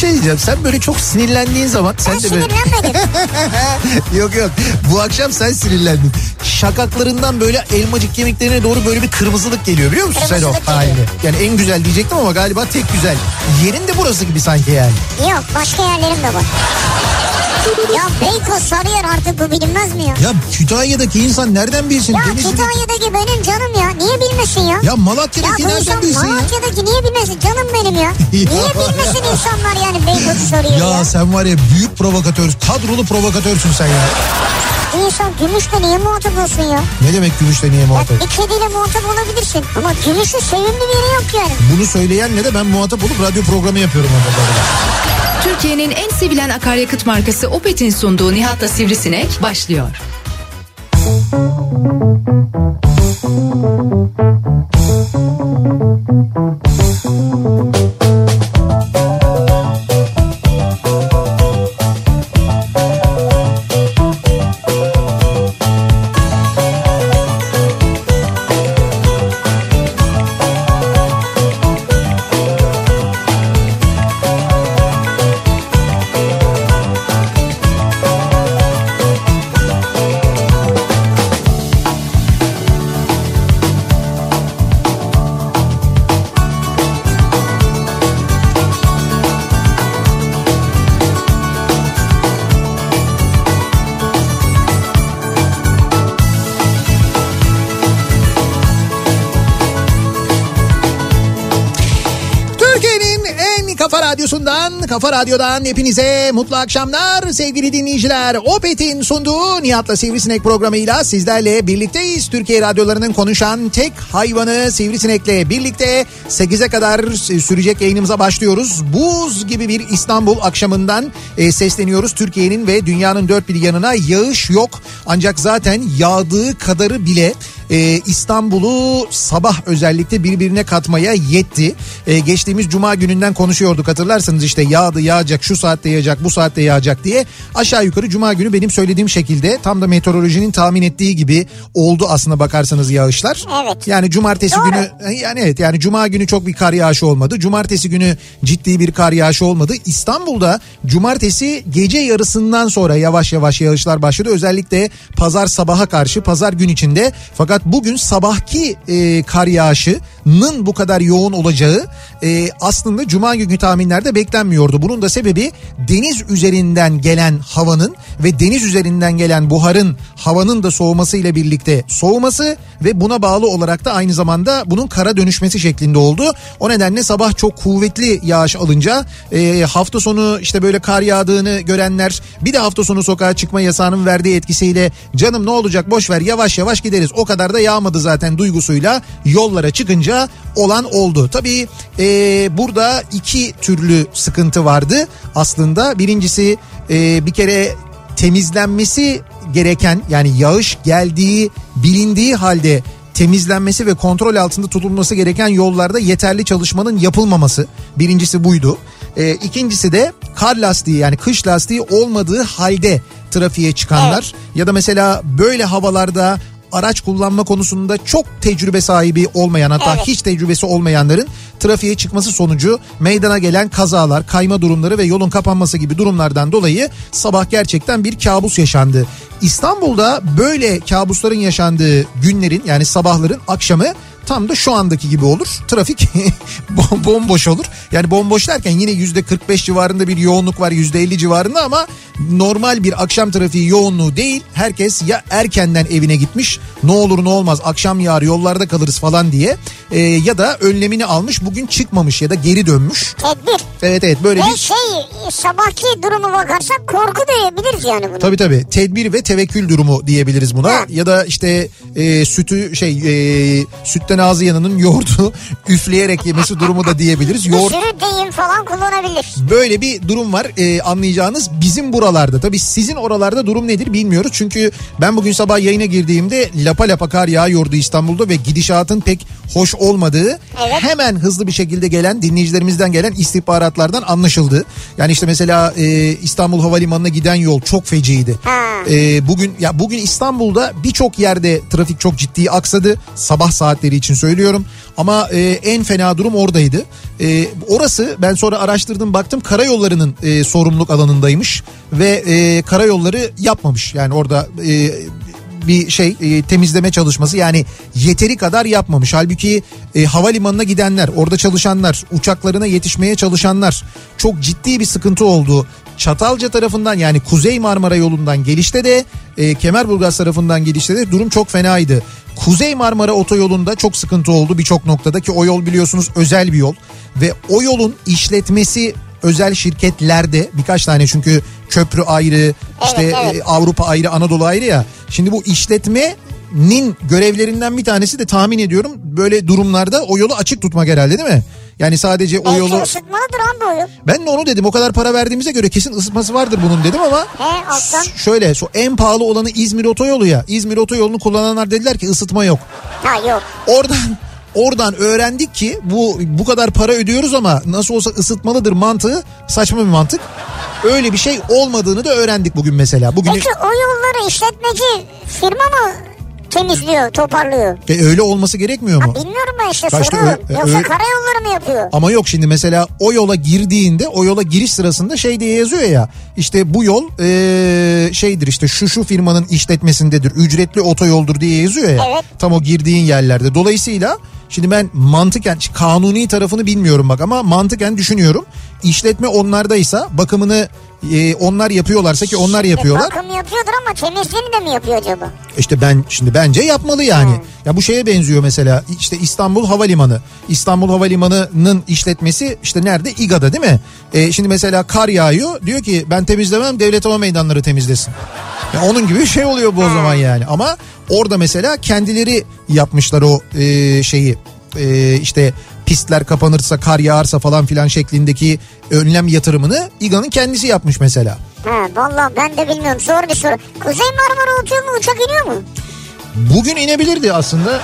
şey diyeceğim. Sen böyle çok sinirlendiğin zaman... Ben sinirlenmedim. Yok. Bu akşam sen sinirlendin. Şakaklarından böyle elmacık kemiklerine doğru böyle bir kırmızılık geliyor biliyor musun sen o halini? Yani en güzel diyecektim ama galiba tek güzel. Yerin de burası gibi sanki yani. Yok, başka yerlerim de var. Ya Beykoz, Sarıyer, artık bu bilinmez mi ya? Ya Kütahya'daki insan nereden bilsin? Ya Kütahya'daki benim canım ya. Niye bilmesin ya? Ya Malatya'daki nereden bilsin ya? Malatya'daki niye bilmesin? Canım benim ya. Niye bilmesin insanlar yani Beykoz'u Sarıyer'i ya? Ya sen var ya büyük provokatör, kadrolu provokatörsün sen ya. İnsan gümüşle niye muhatap olsun ya? Ne demek gümüşle niye muhatap? Ya bir kediyle muhatap olabilirsin. Ama gümüşün sevimli bir yeri yok yani. Bunu söyleyenle de ben muhatap olup radyo programı yapıyorum orada. Türkiye'nin en sevilen akaryakıt markası Opet'in sunduğu Nihat'la Sivrisinek başlıyor. Kafa Radyo'dan hepinize mutlu akşamlar sevgili dinleyiciler. Opet'in sunduğu Nihat'la Sivrisinek programıyla sizlerle birlikteyiz. Türkiye radyolarının konuşan tek hayvanı Sivrisinek'le birlikte 8'e kadar sürecek yayınımıza başlıyoruz. Buz gibi bir İstanbul akşamından sesleniyoruz. Türkiye'nin ve dünyanın dört bir yanına yağış yok. Ancak zaten yağdığı kadarı bile İstanbul'u sabah özellikle birbirine katmaya yetti. Geçtiğimiz cuma gününden konuşuyorduk, hatırlarsanız işte yağdı, yağacak, şu saatte yağacak, bu saatte yağacak diye. Aşağı yukarı cuma günü benim söylediğim şekilde tam da meteorolojinin tahmin ettiği gibi oldu aslına bakarsanız yağışlar. Evet. Yani cumartesi günü yani cuma günü çok bir kar yağışı olmadı. Cumartesi günü ciddi bir kar yağışı olmadı. İstanbul'da cumartesi gece yarısından sonra yavaş yavaş yağışlar başladı. Özellikle pazar sabaha karşı, pazar gün içinde. Fakat bugün sabahki kar yağışının bu kadar yoğun olacağı aslında cuma günü tahminlerde beklenmiyordu. Bunun da sebebi deniz üzerinden gelen havanın ve deniz üzerinden gelen buharın havanın da soğumasıyla birlikte soğuması ve buna bağlı olarak da aynı zamanda bunun kara dönüşmesi şeklinde oldu. O nedenle sabah çok kuvvetli yağış alınca hafta sonu işte böyle kar yağdığını görenler, bir de hafta sonu sokağa çıkma yasağının verdiği etkisiyle canım ne olacak boş ver yavaş yavaş gideriz, o kadar da yağmadı zaten duygusuyla yollara çıkınca olan oldu. Tabii burada iki türlü sıkıntı vardı aslında. Birincisi bir kere temizlenmesi gereken, yani yağış geldiği bilindiği halde temizlenmesi ve kontrol altında tutulması gereken yollarda yeterli çalışmanın yapılmaması. Birincisi buydu. İkincisi de kar lastiği, yani kış lastiği olmadığı halde trafiğe çıkanlar ya da mesela böyle havalarda araç kullanma konusunda çok tecrübe sahibi olmayan, hatta hiç tecrübesi olmayanların trafiğe çıkması sonucu meydana gelen kazalar, kayma durumları ve yolun kapanması gibi durumlardan dolayı sabah gerçekten bir kabus yaşandı. İstanbul'da böyle kabusların yaşandığı günlerin, yani sabahların akşamı tam da şu andaki gibi olur. Trafik bomboş olur. Yani bomboş derken yine %45 civarında bir yoğunluk var, %50 civarında, ama normal bir akşam trafiği yoğunluğu değil. Herkes ya erkenden evine gitmiş, ne olur ne olmaz akşam yağar yollarda kalırız falan diye, ya da önlemini almış, bugün çıkmamış ya da geri dönmüş. Tedbir. Evet böyle bir... sabahki durumu bakarsak korku diyebiliriz yani bunu. Tabii tedbir ve tevekkül durumu diyebiliriz buna. Ya da işte sütten ağzı yanının yoğurdu üfleyerek yemesi durumu da diyebiliriz. Bir sürü deyim falan kullanabilir. Böyle bir durum var anlayacağınız bizim buralarda. Tabii sizin oralarda durum nedir bilmiyoruz. Çünkü ben bugün sabah yayına girdiğimde lapa lapa kar yağıyordu İstanbul'da ve gidişatın pek hoş olmadığı hemen hızlı bir şekilde gelen dinleyicilerimizden gelen istihbaratlardan anlaşıldı. Yani işte mesela İstanbul Havalimanı'na giden yol çok feciydi. Bugün İstanbul'da birçok yerde trafik çok ciddi aksadı sabah saatleri için söylüyorum. Ama en fena durum oradaydı. Orası ben sonra araştırdım baktım karayollarının sorumluluk alanındaymış. Ve karayolları yapmamış. Yani orada bir temizleme çalışması yani yeteri kadar yapmamış. Halbuki havalimanına gidenler, orada çalışanlar, uçaklarına yetişmeye çalışanlar çok ciddi bir sıkıntı oldu. Çatalca tarafından yani Kuzey Marmara yolundan gelişte de Kemerburgaz tarafından gelişte de durum çok fenaydı. Kuzey Marmara otoyolunda çok sıkıntı oldu birçok noktada ki o yol biliyorsunuz özel bir yol ve o yolun işletmesi özel şirketlerde birkaç tane çünkü köprü ayrı işte Avrupa ayrı Anadolu ayrı ya. Şimdi bu işletmenin görevlerinden bir tanesi de tahmin ediyorum böyle durumlarda o yolu açık tutmak herhalde değil mi? Yani sadece o yolu... Belki ısıtmalıdır abi o yol. Ben de onu dedim o kadar para verdiğimize göre kesin ısıtması vardır bunun dedim ama... alttan. Şöyle en pahalı olanı İzmir otoyolu ya. İzmir otoyolunu kullananlar dediler ki ısıtma yok. Ha yok. Oradan öğrendik ki bu kadar para ödüyoruz ama nasıl olsa ısıtmalıdır mantığı saçma bir mantık. Öyle bir şey olmadığını da öğrendik bugün mesela. Peki o yolları işletmeci firma mı temizliyor, toparlıyor? Öyle olması gerekmiyor mu? Bilmiyorum ben soruyorum. Yoksa karayolları mı yapıyor? Ama yok şimdi mesela o yola girdiğinde o yola giriş sırasında diye yazıyor ya. İşte bu yol işte şu firmanın işletmesindedir. Ücretli otoyoldur diye yazıyor ya. Evet. Tam o girdiğin yerlerde. Dolayısıyla şimdi ben mantıken kanuni tarafını bilmiyorum bak ama mantıken düşünüyorum. İşletme onlardaysa bakımını onlar yapıyorlarsa ki onlar yapıyorlar. Bakım yapıyordur ama temizliğini de mi yapıyor acaba? İşte bence yapmalı yani. Ya bu şeye benziyor mesela işte İstanbul Havalimanı. İstanbul Havalimanı'nın işletmesi işte nerede? İGA'da değil mi? Şimdi mesela kar yağıyor diyor ki ben temizlemem devlet hava meydanları temizlesin. Ya onun gibi bir şey oluyor bu o zaman yani. Ama orada mesela kendileri yapmışlar o işte pistler kapanırsa kar yağarsa falan filan şeklindeki önlem yatırımını İGA'nın kendisi yapmış mesela. Vallahi ben de bilmiyorum zor bir soru. Kuzey Marmara otoyoluna uçak iniyor mu? Bugün inebilirdi aslında.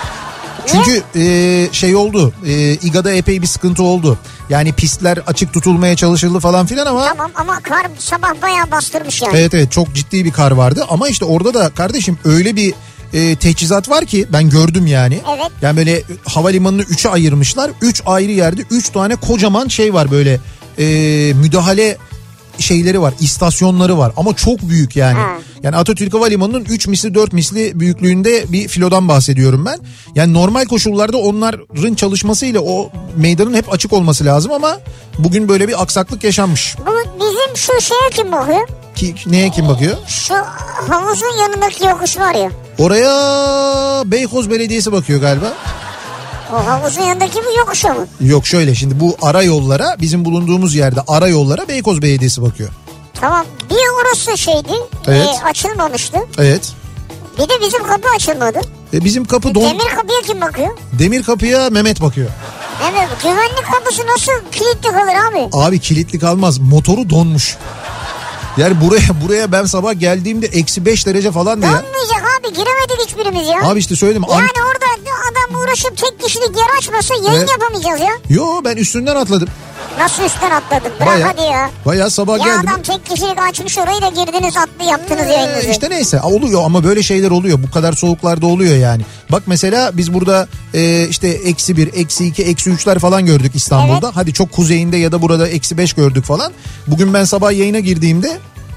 Çünkü oldu. İGA'da epey bir sıkıntı oldu. Yani pistler açık tutulmaya çalışıldı falan filan ama... Tamam ama kar sabah bayağı bastırmış yani. Evet çok ciddi bir kar vardı ama işte orada da kardeşim öyle bir teçhizat var ki ben gördüm yani. Evet. Yani böyle havalimanını 3'e ayırmışlar. 3 ayrı yerde 3 tane kocaman var böyle müdahale şeyleri var, istasyonları var ama çok büyük yani. Yani Atatürk Havalimanı'nın 3 misli 4 misli büyüklüğünde bir filodan bahsediyorum ben. Yani normal koşullarda onların çalışmasıyla o meydanın hep açık olması lazım ama bugün böyle bir aksaklık yaşanmış. Bu bizim şu şeye kim bakıyor? Neye kim bakıyor? Şu havuzun yanındaki yokuş var ya. Oraya Beykoz Belediyesi bakıyor galiba. O havuzun yanındaki bu yokuşa mı? Yok şöyle şimdi bu ara yollara bizim bulunduğumuz yerde ara yollara Beykoz Belediyesi bakıyor. Tamam bir orası evet. Açılmamıştı. Evet. Bir de bizim kapı açılmadı. Bizim kapı Demir kapıya kim bakıyor? Demir kapıya Mehmet bakıyor. Evet güvenlik kapısı nasıl kilitli kalır abi? Abi kilitli kalmaz motoru donmuş. Yani buraya ben sabah geldiğimde -5 derece falan diye. Donmayacak abi giremedik hiçbirimiz ya. Abi işte söyledim. Yani orada adam uğraşıp tek kişilik yer açmasa yayın yapamayacağız ya. Yo ben üstünden atladım. Nasıl üstten atladın? Bırak hadi ya. Bayağı sabah ya geldim. Ya adam tek kişilik açmış orayı da girdiniz yaptınız yayınınızı. İşte neyse oluyor ama böyle şeyler oluyor. Bu kadar soğuklarda oluyor yani. Bak mesela biz burada işte -1, -2, -3'ler falan gördük İstanbul'da. Evet. Hadi çok kuzeyinde ya da burada -5 gördük falan. Bugün ben sabah yayına girdiğimde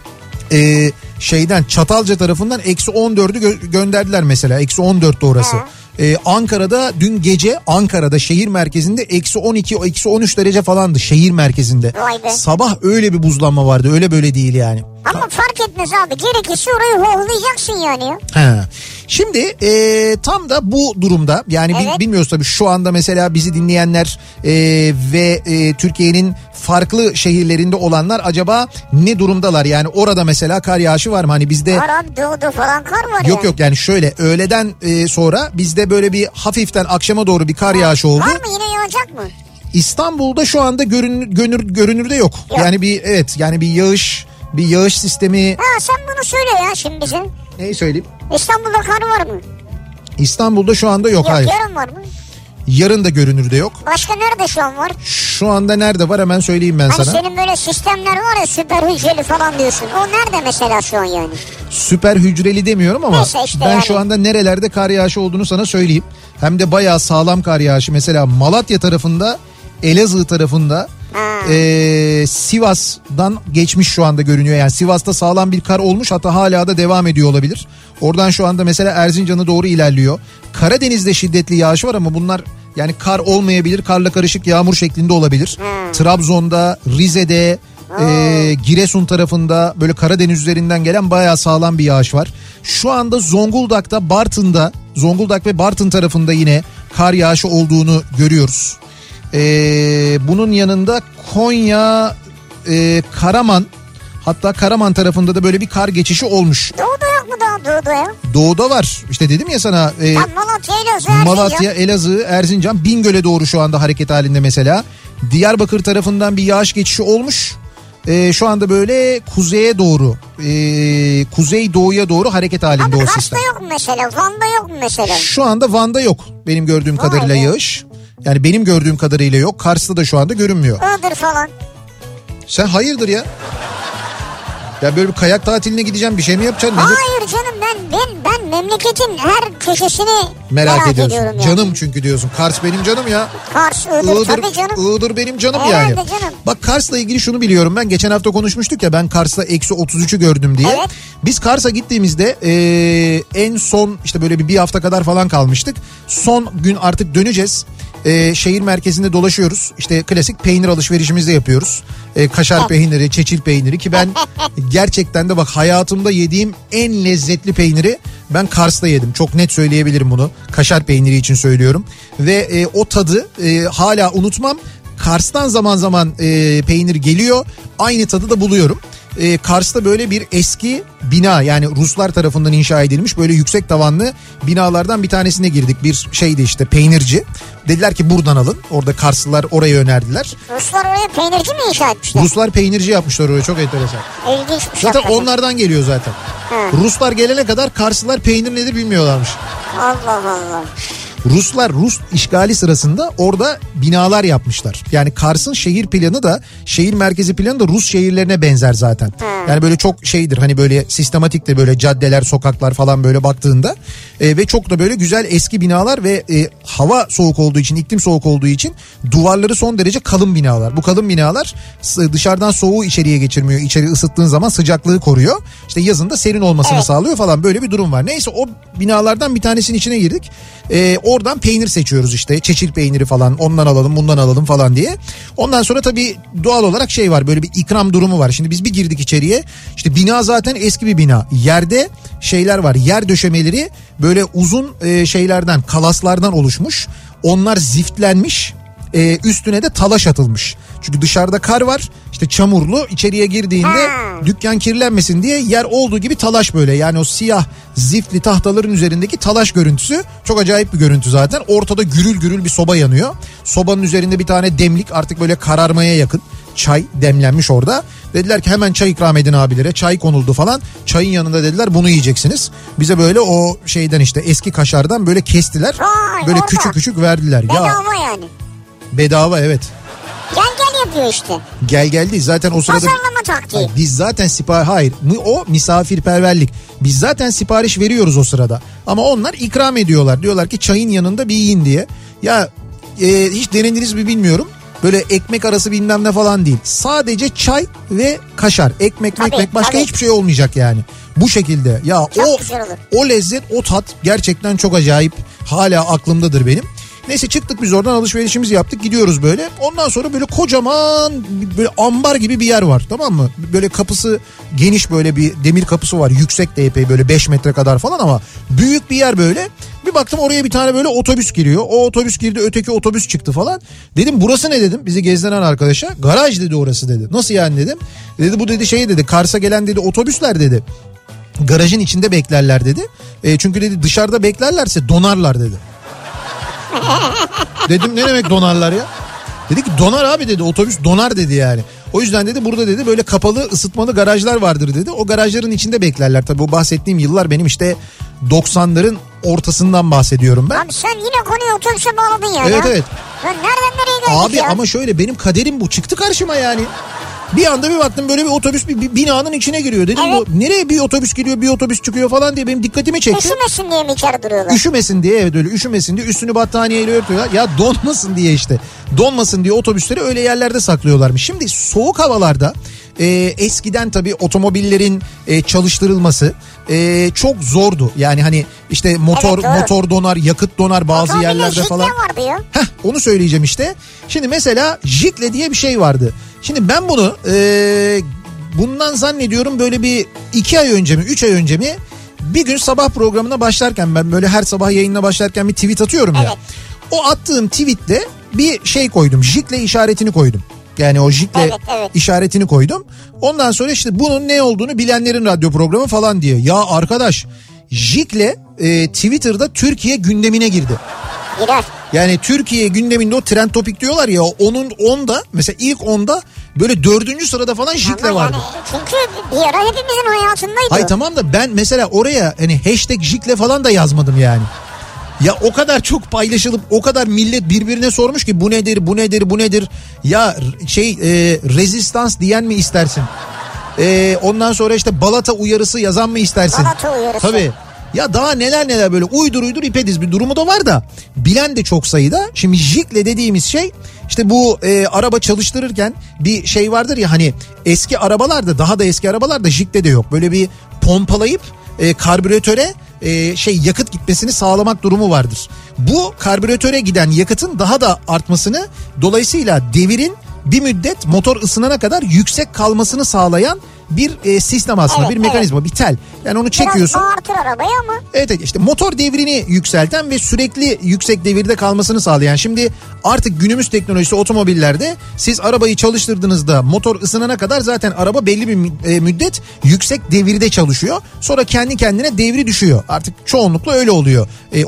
Çatalca tarafından -14'ü gönderdiler mesela. -14'tü orası. Ankara'da dün gece Ankara'da şehir merkezinde -12, -13 derece falandı şehir merkezinde. Sabah öyle bir buzlanma vardı öyle böyle değil yani. Ama fark etmez abi gerekirse orayı hohlayacaksın yani ya. Şimdi tam da bu durumda yani bilmiyoruz tabii şu anda mesela bizi dinleyenler ve Türkiye'nin farklı şehirlerinde olanlar acaba ne durumdalar? Yani orada mesela kar yağışı var mı? Hani bizde... Var abi doğuda falan kar var Yok yani şöyle öğleden sonra bizde böyle bir hafiften akşama doğru bir kar yağışı oldu. Var mı yine yağacak mı? İstanbul'da şu anda görünürde yok. Yani bir yağış sistemi... sen bunu söyle ya şimdi bize. Neyi söyleyeyim? İstanbul'da kar var mı? İstanbul'da şu anda yok hayır. Yarın var mı? Yarın da görünürde yok. Başka nerede şu an var? Şu anda nerede var hemen söyleyeyim ben sana. Senin böyle sistemler var ya, süper hücreli falan diyorsun. O nerede mesela şu an yani? Süper hücreli demiyorum ama işte ben yani. şu anda nerelerde kar yağışı olduğunu sana söyleyeyim. Hem de bayağı sağlam kar yağışı. Mesela Malatya tarafında, Elazığ tarafında, Sivas'dan geçmiş şu anda görünüyor. Yani Sivas'ta sağlam bir kar olmuş, hatta hala da devam ediyor olabilir. Oradan şu anda mesela Erzincan'a doğru ilerliyor. Karadeniz'de şiddetli yağış var ama bunlar yani kar olmayabilir, karla karışık yağmur şeklinde olabilir. Trabzon'da, Rize'de, Giresun tarafında böyle Karadeniz üzerinden gelen bayağı sağlam bir yağış var. Şu anda Zonguldak'ta, Bartın'da, Zonguldak ve Bartın tarafında yine kar yağışı olduğunu görüyoruz. Bunun yanında Konya, Karaman, hatta Karaman tarafında da böyle bir kar geçişi olmuş. Doğuda yok mu daha doğuda ya? Doğuda var. İşte dedim ya sana. Malatya, Elazığ, Erzincan. Malatya, Elazığ, Erzincan, Bingöl'e doğru şu anda hareket halinde mesela. Diyarbakır tarafından bir yağış geçişi olmuş. Şu anda böyle kuzeye doğru, kuzeydoğuya doğru hareket halinde o sistem. Kars'ta yok mu mesela? Van'da yok mu mesela? Şu anda Van'da yok benim gördüğüm kadarıyla yağış. Yani benim gördüğüm kadarıyla yok. Kars'ta da şu anda görünmüyor. Iğdır falan. Sen hayırdır ya? Ya böyle bir kayak tatiline gideceğim, bir şey mi yapacaksın? Hayır canım, ben memleketin her köşesini merak ediyorum yani. Canım çünkü diyorsun. Kars benim canım ya. Kars, Iğdır tabii canım. Iğdır benim canım Herhalde yani. Canım. Bak Kars'la ilgili şunu biliyorum ben. Geçen hafta konuşmuştuk ya, ben Kars'ta -33'ü gördüm diye. Evet. Biz Kars'a gittiğimizde en son işte böyle bir hafta kadar falan kalmıştık. Son gün artık döneceğiz. Şehir merkezinde dolaşıyoruz. İşte klasik peynir alışverişimizi de yapıyoruz. Kaşar peyniri, çeçil peyniri, ki ben gerçekten de bak hayatımda yediğim en lezzetli peyniri ben Kars'ta yedim. Çok net söyleyebilirim bunu. Kaşar peyniri için söylüyorum. Ve o tadı hala unutmam. Kars'tan zaman zaman peynir geliyor. Aynı tadı da buluyorum. Kars'ta böyle bir eski bina, yani Ruslar tarafından inşa edilmiş böyle yüksek tavanlı binalardan bir tanesine girdik. Bir şeydi işte, peynirci. Dediler ki buradan alın. Orada Karslılar orayı önerdiler. Ruslar oraya peynirci mi inşa etmişler? Ruslar peynirci yapmışlar orayı, çok enteresan. İlginçmiş. Zaten onlardan geliyor zaten. Ruslar gelene kadar Karslılar peynir nedir bilmiyorlarmış. Allah Allah. Ruslar Rus işgali sırasında orada binalar yapmışlar. Yani Kars'ın şehir planı da, şehir merkezi planı da Rus şehirlerine benzer zaten. Yani böyle çok şeydir, hani böyle sistematik de böyle caddeler, sokaklar falan böyle baktığında ve çok da böyle güzel eski binalar ve hava soğuk olduğu için, iklim soğuk olduğu için duvarları son derece kalın binalar. Bu kalın binalar dışarıdan soğuğu içeriye geçirmiyor. İçeri ısıttığın zaman sıcaklığı koruyor. İşte yazın da serin olmasını sağlıyor falan, böyle bir durum var. Neyse, o binalardan bir tanesinin içine girdik. Oradan peynir seçiyoruz işte, çeçil peyniri falan, ondan alalım bundan alalım falan diye. Ondan sonra tabii doğal olarak şey var, böyle bir ikram durumu var. Şimdi biz bir girdik içeriye, işte bina zaten eski bir bina, yerde şeyler var, yer döşemeleri böyle uzun şeylerden, kalaslardan oluşmuş, onlar ziftlenmiş. Üstüne de talaş atılmış. Çünkü dışarıda kar var, işte çamurlu, içeriye girdiğinde dükkan kirlenmesin diye yer olduğu gibi talaş böyle. Yani o siyah ziftli tahtaların üzerindeki talaş görüntüsü çok acayip bir görüntü zaten. Ortada gürül gürül bir soba yanıyor. Sobanın üzerinde bir tane demlik, artık böyle kararmaya yakın çay demlenmiş orada. Dediler ki hemen çay ikram edin abilere. Çay konuldu falan. Çayın yanında dediler bunu yiyeceksiniz. Bize böyle o şeyden, işte eski kaşardan böyle kestiler. Böyle orada küçük küçük verdiler. Bedava yani. Bedava, evet. Gel yapıyor işte. Gel değil zaten o sırada. Pazarlama taktiği. Biz zaten o misafirperverlik. Biz zaten sipariş veriyoruz o sırada. Ama onlar ikram ediyorlar. Diyorlar ki çayın yanında bir yiyin diye. Ya hiç denediniz mi bilmiyorum. Böyle ekmek arası bilmem ne falan değil. Sadece çay ve kaşar. Ekmek başka hiçbir şey olmayacak yani. Bu şekilde. Ya o lezzet, o tat gerçekten çok acayip. Hala aklımdadır benim. Neyse, çıktık biz oradan, alışverişimizi yaptık, gidiyoruz böyle. Ondan sonra böyle kocaman böyle ambar gibi bir yer var, tamam mı? Böyle kapısı geniş, böyle bir demir kapısı var, yüksek de epey, böyle 5 metre kadar falan ama büyük bir yer böyle. Bir baktım oraya bir tane böyle otobüs giriyor. O otobüs girdi, öteki otobüs çıktı falan. Dedim burası ne dedim bizi gezdiren arkadaşa. Garaj dedi orası dedi. Nasıl yani dedim. Dedi bu dedi şey dedi, Kars'a gelen dedi otobüsler dedi garajın içinde beklerler dedi. Çünkü dedi dışarıda beklerlerse donarlar dedi. Dedim ne demek donarlar ya? Dedi ki donar abi dedi, otobüs donar dedi yani. O yüzden dedi burada dedi böyle kapalı ısıtmalı garajlar vardır dedi. O garajların içinde beklerler. Tabii o bahsettiğim yıllar benim işte 90'ların ortasından bahsediyorum ben. Abi sen yine konuyu otobüse bağladın ya. Evet evet. Ya nereden nereye geldik Abi ya? ama şöyle benim kaderim bu, çıktı karşıma yani. Bir anda bir baktım böyle bir otobüs bir binanın içine giriyor. Dedim Evet. bu nereye bir otobüs giriyor bir otobüs çıkıyor falan diye benim dikkatimi çekti. Üşümesin diye mi içeri duruyorlar? Üşümesin diye, evet öyle üşümesin diye üstünü battaniyeyle örtüyorlar. Ya donmasın diye işte. Donmasın diye otobüsleri öyle yerlerde saklıyorlarmış. Şimdi soğuk havalarda eskiden tabii otomobillerin çalıştırılması çok zordu. Yani hani işte motor donar, yakıt donar bazı yerlerde falan. Vardı ya. Onu söyleyeceğim işte. Şimdi mesela jikle diye bir şey vardı. Şimdi ben bunu bundan zannediyorum böyle bir 2 ay önce mi 3 ay önce mi bir gün sabah programına başlarken ben böyle her sabah yayınına başlarken bir tweet atıyorum ya. Evet. O attığım tweetle bir şey koydum. Jikle işaretini koydum. Yani o jikle işaretini koydum. Ondan sonra işte bunun ne olduğunu bilenlerin radyo programı falan diye. Ya arkadaş jikle Twitter'da Türkiye gündemine girdi. Girer. Yani Türkiye gündeminde o trend topik diyorlar ya, onun 10'da mesela ilk 10'da böyle 4. sırada falan jikle vardı. Yani çünkü bir ara hepimizin hayatındaydı. Hayır tamam da ben mesela oraya hani hashtag jikle falan da yazmadım yani. Ya o kadar çok paylaşılıp o kadar millet birbirine sormuş ki bu nedir bu nedir bu nedir. Ya rezistans diyen mi istersin? Ondan sonra işte balata uyarısı yazan mı istersin? Balata uyarısı. Tabii. Ya daha neler böyle uydur ipediz bir durumu da var da bilen de çok sayıda. Şimdi jikle dediğimiz şey işte bu araba çalıştırırken bir şey vardır ya hani eski arabalarda, daha da eski arabalarda jikle de yok. Böyle bir pompalayıp karbüratöre yakıt gitmesini sağlamak durumu vardır. Bu karbüratöre giden yakıtın daha da artmasını, dolayısıyla devirin bir müddet motor ısınana kadar yüksek kalmasını sağlayan bir sistem aslında, bir mekanizma, bir tel. Yani onu çekiyorsun. Biraz bağırtır arabayı ama. Evet işte motor devrini yükselten ve sürekli yüksek devirde kalmasını sağlayan. Şimdi artık günümüz teknolojisi otomobillerde siz arabayı çalıştırdığınızda motor ısınana kadar zaten araba belli bir müddet yüksek devirde çalışıyor. Sonra kendi kendine devri düşüyor. Artık çoğunlukla öyle oluyor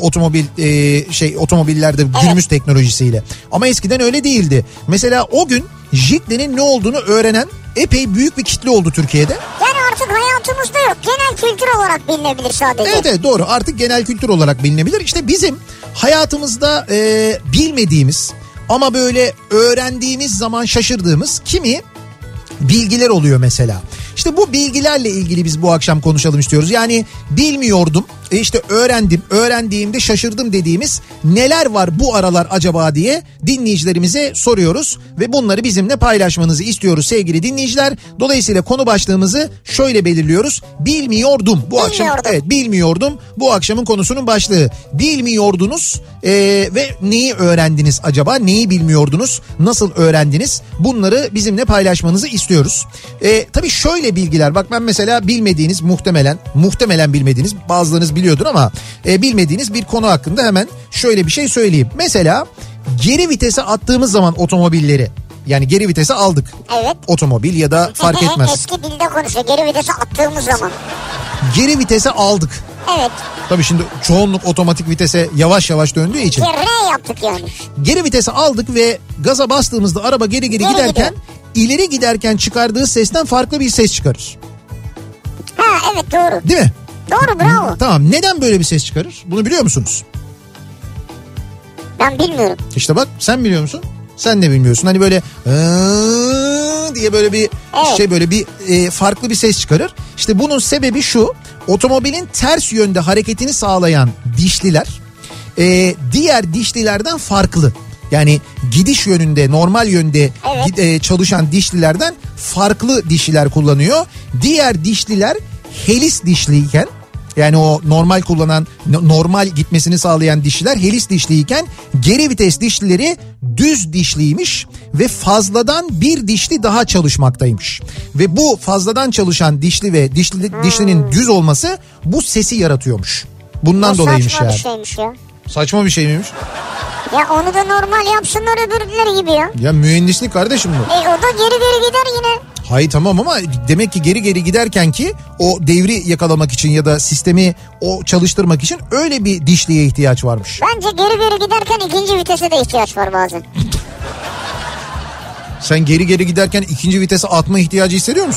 otomobillerde günümüz teknolojisiyle. Ama eskiden öyle değildi. Mesela o gün jiklenin ne olduğunu öğrenen epey büyük bir kitle oldu Türkiye'de. Yani artık hayatımızda yok. Genel kültür olarak bilinebilir sadece. Evet doğru, artık genel kültür olarak bilinebilir. İşte bizim hayatımızda bilmediğimiz ama böyle öğrendiğimiz zaman şaşırdığımız kimi bilgiler oluyor mesela. İşte bu bilgilerle ilgili biz bu akşam konuşalım istiyoruz. Yani bilmiyordum, işte öğrendiğimde şaşırdım dediğimiz neler var bu aralar acaba diye dinleyicilerimize soruyoruz. Ve bunları bizimle paylaşmanızı istiyoruz sevgili dinleyiciler. Dolayısıyla konu başlığımızı şöyle belirliyoruz. Bilmiyordum. Akşam evet, bilmiyordum. Bu akşamın konusunun başlığı. Bilmiyordunuz ve neyi öğrendiniz acaba? Neyi bilmiyordunuz? Nasıl öğrendiniz? Bunları bizimle paylaşmanızı istiyoruz. Tabii şöyle bilgiler. Bak ben mesela bilmediğiniz muhtemelen bilmediğiniz, bazılarınız biliyordur ama bilmediğiniz bir konu hakkında hemen şöyle bir şey söyleyeyim. Mesela geri vitese attığımız zaman otomobilleri, yani geri vitese aldık. Evet. Otomobil ya da fark etmez. Eski dilde konuşuyor. Geri vitese attığımız zaman. Geri vitese aldık. Evet. Tabii şimdi çoğunluk otomatik vitese yavaş yavaş döndüğü için. R yaptık yani. Geri vitese aldık ve gaza bastığımızda araba geri giderken gidiyor. İleri giderken çıkardığı sesten farklı bir ses çıkarır. Ha evet doğru. Değil mi? Doğru, bravo. Tamam, neden böyle bir ses çıkarır? Bunu biliyor musunuz? Ben bilmiyorum. İşte bak, sen biliyor musun? Sen de bilmiyorsun. Hani böyle diye böyle bir böyle bir farklı bir ses çıkarır. İşte bunun sebebi şu: otomobilin ters yönde hareketini sağlayan dişliler diğer dişlilerden farklı. Yani gidiş yönünde, normal yönde çalışan dişlilerden farklı dişliler kullanıyor. Diğer dişliler helis dişliyken, yani o normal gitmesini sağlayan dişliler helis dişliyken geri vites dişlileri düz dişliymiş ve fazladan bir dişli daha çalışmaktaymış. Ve bu fazladan çalışan dişli ve dişlinin düz olması bu sesi yaratıyormuş. Bundan dolayıymış yani. Saçma bir şeymiş ya. Saçma bir şey miymiş? Ya onu da normal yapsınlar öbürleri gibi ya. Ya mühendislik kardeşim bu. O da geri gider yine. Hayır tamam, ama demek ki geri giderken ki o devri yakalamak için ya da sistemi o çalıştırmak için öyle bir dişliye ihtiyaç varmış. Bence geri giderken ikinci vitese de ihtiyaç var bazen. Sen geri giderken ikinci vitese atma ihtiyacı hissediyor musun?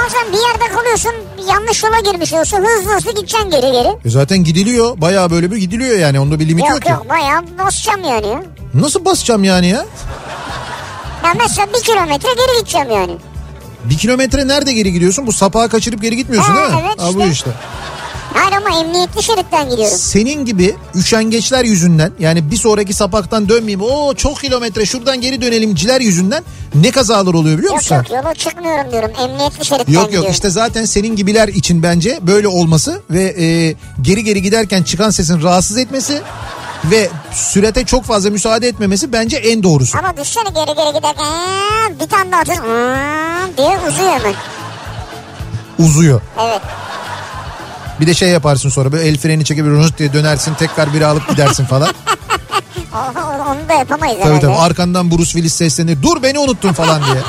bazen bir yerde kalıyorsun, yanlış yola girmiş olsa hızlı gideceksin geri. Zaten gidiliyor. Bayağı böyle bir gidiliyor yani. Onda bir limit yok ki. Yok bayağı basacağım yani ya. Nasıl basacağım yani ya? Ya mesela 1 kilometre geri gideceğim yani. 1 kilometre nerede geri gidiyorsun? Bu sapağı kaçırıp geri gitmiyorsun değil mi? Evet işte. Bu işte. Hayır ama emniyetli şeritten gidiyorum. Senin gibi üşengeçler yüzünden, yani bir sonraki sapaktan dönmeyeyim, o çok kilometre şuradan geri dönelimciler yüzünden ne kazalar oluyor biliyor musun? Yok yola çıkmıyorum diyorum, emniyetli şeritten gidiyorum. Yok işte zaten senin gibiler için bence böyle olması ve geri giderken çıkan sesin rahatsız etmesi ve sürate çok fazla müsaade etmemesi bence en doğrusu. Ama düşsene geri giderken bir tane daha atıyorsun diye uzuyor hemen. Uzuyor. Evet. Bir de şey yaparsın sonra, böyle el freni çekip diye dönersin, tekrar biri alıp gidersin falan. Onu da yapamayız herhalde. Tabii arkandan Bruce Willis seslenir, dur beni unuttun falan diye.